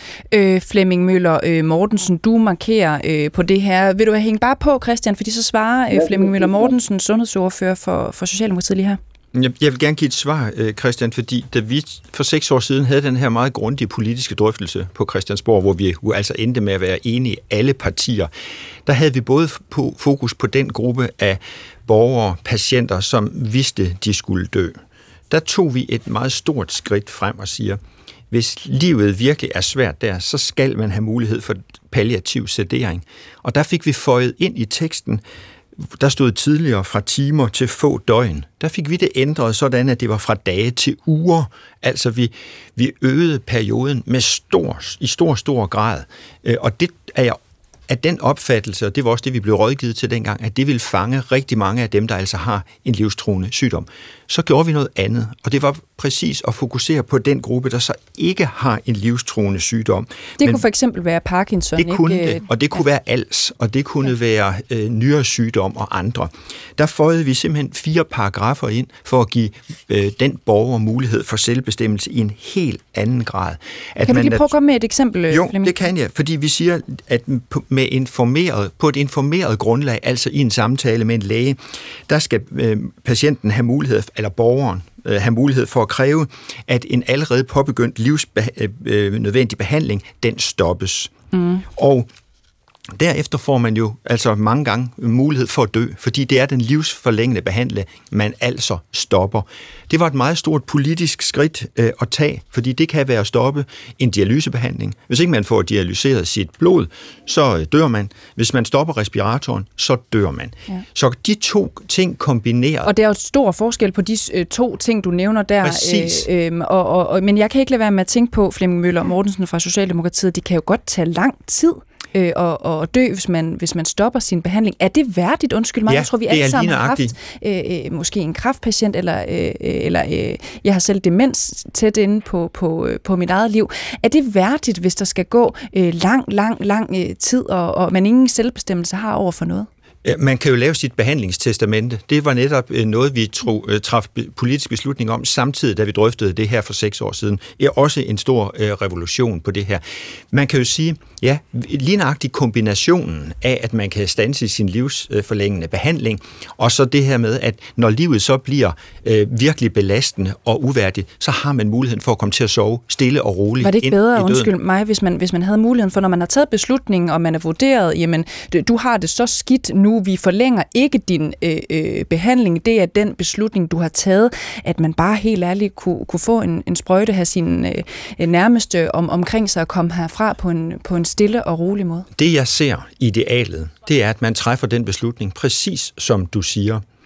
Øh, Flemming Møller øh, Mortensen, du markerer øh, på det her. Vil du hænge bare på, Christian, fordi så svarer øh, Flemming Møller Mortensen, sundhedsordfører for, for Socialdemokratiet lige her. Jeg vil gerne give et svar, Christian, fordi da vi for seks år siden havde den her meget grundige politiske drøftelse på Christiansborg, hvor vi jo altså endte med at være enige alle partier, der havde vi både på fokus på den gruppe af borgere, patienter, som vidste, de skulle dø. Der tog vi et meget stort skridt frem og siger, hvis livet virkelig er svært der, så skal man have mulighed for palliativ sedering. Og der fik vi føjet ind i teksten, der stod tidligere fra timer til få døgn. Der fik vi det ændret sådan, at det var fra dage til uger. Altså vi, vi øgede perioden med stor, i stor, stor grad. Og det er jeg af den opfattelse, og det var også det, vi blev rådgivet til dengang, at det ville fange rigtig mange af dem, der altså har en livstruende sygdom. Så gjorde vi noget andet, og det var præcis at fokusere på den gruppe, der så ikke har en livstruende sygdom. Det Men kunne for eksempel være Parkinson. Det kunne ikke? det, og det kunne ja. være als, og det kunne ja. være øh, nyresygdom og andre. Der føjede vi simpelthen fire paragrafer ind for at give øh, den borger mulighed for selvbestemmelse i en helt anden grad. At kan du man lige prøve at komme med et eksempel? Jo, Flemming? Det kan jeg, fordi vi siger, at med informeret, på et informeret grundlag, altså i en samtale med en læge, der skal øh, patienten have mulighed, eller borgeren, øh, have mulighed for at kræve, at en allerede påbegyndt livsnødvendig øh, behandling, den stoppes. Mm. Og derefter får man jo altså mange gange mulighed for at dø, fordi det er den livsforlængende behandling, man altså stopper. Det var et meget stort politisk skridt øh, at tage, fordi det kan være at stoppe en dialysebehandling. Hvis ikke man får dialyseret sit blod, så øh, dør man. Hvis man stopper respiratoren, så dør man. Ja. Så de to ting kombineret. Og der er jo stor forskel på de øh, to ting, du nævner der. Præcis. Øh, øh, og, og, og, men jeg kan ikke lade være med at tænke på, Flemming Møller Mortensen fra Socialdemokratiet, det kan jo godt tage lang tid øh, og, og dø, hvis man, hvis man stopper sin behandling. Er det værdigt? Undskyld mig, ja, jeg tror, vi alle sammen har haft øh, øh, måske en kræftpatient, eller, øh, eller øh, jeg har selv demens tæt inde på, på, på mit eget liv. Er det værdigt, hvis der skal gå øh, lang, lang, lang øh, tid, og, og man ingen selvbestemmelse har over for noget? Man kan jo lave sit behandlingstestamente. Det var netop noget, vi traf politisk beslutning om, samtidig da vi drøftede det her for seks år siden. Det er også en stor revolution på det her. Man kan jo sige, ja, lige nøjagtigt kombinationen af, at man kan standse sin livsforlængende behandling, og så det her med, at når livet så bliver øh, virkelig belastende og uværdigt, så har man muligheden for at komme til at sove stille og roligt. Var det ikke bedre, undskyld mig, hvis man, hvis man havde muligheden for, når man har taget beslutningen, og man er vurderet, jamen, du har det så skidt nu, vi forlænger ikke din øh, øh, behandling, det er den beslutning, du har taget, at man bare helt ærligt kunne, kunne få en, en sprøjte, have sin øh, nærmeste om, omkring sig og komme herfra på en, på en stille og rolig måde. Det, jeg ser idealet, det er, at man træffer den beslutning præcis som du siger.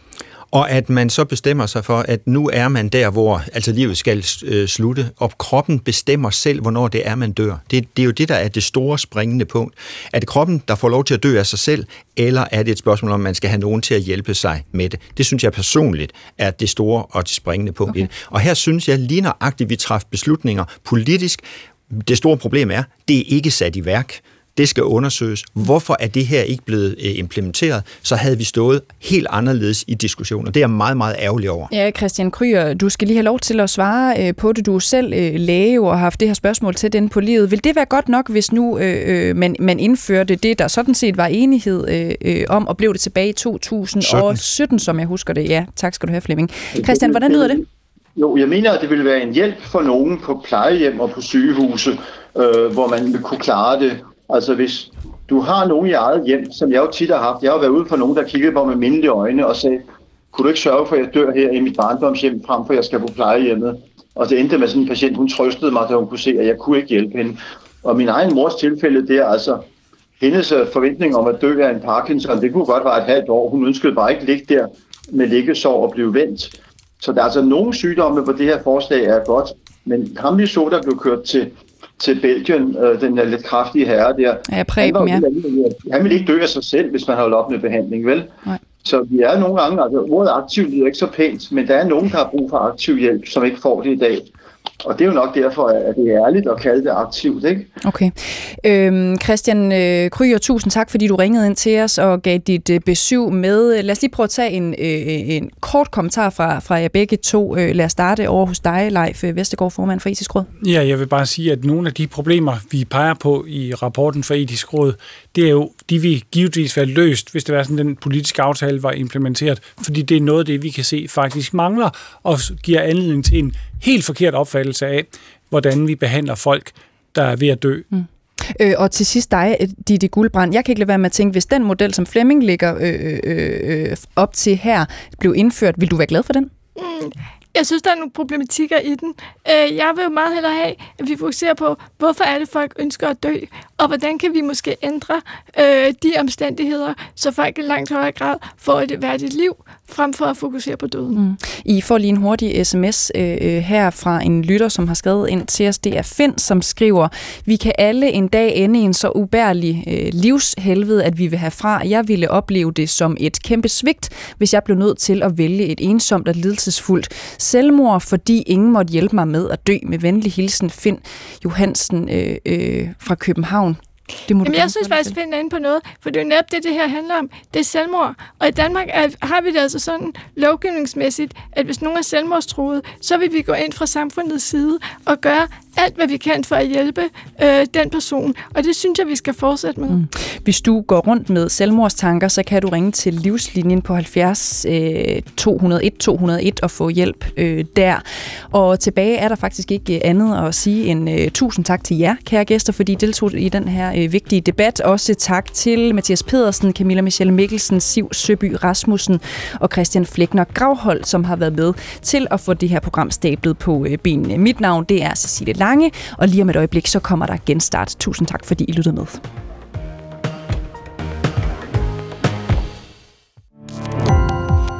Og at man så bestemmer sig for, at nu er man der, hvor altså livet skal øh, slutte, og kroppen bestemmer selv, hvornår det er, man dør. Det, det er jo det, der er det store springende punkt. Er det kroppen, der får lov til at dø af sig selv, eller er det et spørgsmål, om man skal have nogen til at hjælpe sig med det? Det synes jeg personligt er det store og det springende punkt. Okay. Og her synes jeg lige nøjagtigt, vi træffer beslutninger politisk. Det store problem er, det er ikke sat i værk. Det skal undersøges. Hvorfor er det her ikke blevet implementeret? Så havde vi stået helt anderledes i diskussioner. Det er jeg meget, meget ærgerlig over. Ja, Christian Kryer, du skal lige have lov til at svare på det. Du er selv læge og har haft det her spørgsmål til den på livet. Vil det være godt nok, hvis nu øh, man, man indførte det, der sådan set var enighed øh, om, og blev det tilbage i to tusind og sytten, som jeg husker det? Ja, tak skal du have, Flemming. Christian, hvordan lyder det? Jo, jeg mener, at det ville være en hjælp for nogen på plejehjem og på sygehuse, øh, hvor man vil kunne klare det. Altså hvis du har nogen i eget hjem, som jeg jo tit har haft. Jeg har været ude for nogen, der kiggede på med mindelige øjne og sagde, kunne du ikke sørge for, at jeg dør her i mit barndomshjem, frem for at jeg skal på plejehjemmet? Og det endte med sådan en patient, hun trøstede mig, da hun kunne se, at jeg kunne ikke hjælpe hende. Og min egen mors tilfælde, det er altså hendes forventning om at dø af en Parkinson, det kunne godt være et halvt år. Hun ønskede bare ikke ligge der med liggesår og blive vendt. Så der er altså nogle sygdomme, hvor det her forslag er godt. Men ham vi så, der blev kørt til til Belgien, øh, den der lidt kraftige herre der. Ja, Preben, ja. Han vil ikke dø af sig selv, hvis man holder op med behandling, vel? Nej. Så vi er nogle gange, altså ordet aktiv lyder ikke så pænt, men der er nogen, der har brug for aktiv hjælp, som ikke får det i dag. Og det er jo nok derfor, at det er ærligt at kalde det aktivt, ikke? Okay. Øhm, Christian øh, Kryer, tusind tak, fordi du ringede ind til os og gav dit øh, besøg med. Lad os lige prøve at tage en, øh, en kort kommentar fra, fra jer begge to. Øh, lad os starte over hos dig, Leif Vestergaard, formand for Etisk Råd. Ja, jeg vil bare sige, at nogle af de problemer, vi peger på i rapporten for Etisk Råd, det er jo, de vil givetvis være løst, hvis det var sådan, den politiske aftale var implementeret, fordi det er noget af det, vi kan se faktisk mangler, og giver anledning til en helt forkert opfattelse af, hvordan vi behandler folk, der er ved at dø. Mm. Øh, og til sidst dig, Ditte Guldbrand. Jeg kan ikke lade være med at tænke, hvis den model, som Flemming ligger øh, øh, op til her, blev indført, vil du være glad for den? Mm. Jeg synes, der er nogle problematikker i den. Jeg vil jo meget hellere have, at vi fokuserer på, hvorfor er det, folk ønsker at dø, og hvordan kan vi måske ændre øh, de omstændigheder, så folk i langt højere grad får et værdigt liv, frem for at fokusere på døden. Mm. I får lige en hurtig sms øh, her fra en lytter, som har skrevet ind til os. Det er Finn, som skriver, vi kan alle en dag ende i en så ubærlig øh, livshelvede, at vi vil have fra. Jeg ville opleve det som et kæmpe svigt, hvis jeg blev nødt til at vælge et ensomt og lidelsesfuldt selvmord, fordi ingen måtte hjælpe mig med at dø. Med venlig hilsen, Finn Johansen øh, øh, fra København. Det må Jamen, jeg synes faktisk, at finde inde på noget, for det er jo netop det, det her handler om. Det er selvmord. Og i Danmark er, har vi det altså sådan lovgivningsmæssigt, at hvis nogen er selvmordstruet, så vil vi gå ind fra samfundets side og gøre alt, hvad vi kan for at hjælpe øh, den person. Og det synes jeg, vi skal fortsætte med. Mm. Hvis du går rundt med selvmordstanker, så kan du ringe til Livslinjen på halvfjerds to nul et to nul et og få hjælp øh, der. Og tilbage er der faktisk ikke andet at sige end øh, tusind tak til jer, kære gæster, fordi I deltog i den her øh, vigtige debat. Også tak til Mathias Pedersen, Camilla Michelle Mikkelsen, Siv Søby Rasmussen og Christian Flækner Gravholdt, som har været med til at få det her program stablet på øh, benene. Mit navn, det er Cecilie Lange, og lige om et øjeblik, så kommer der genstart. Tusind tak, fordi I lyttede med.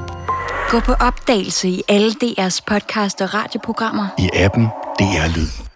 Gå på opdagelse i alle D R's podcast og radioprogrammer. I appen D R Lyd.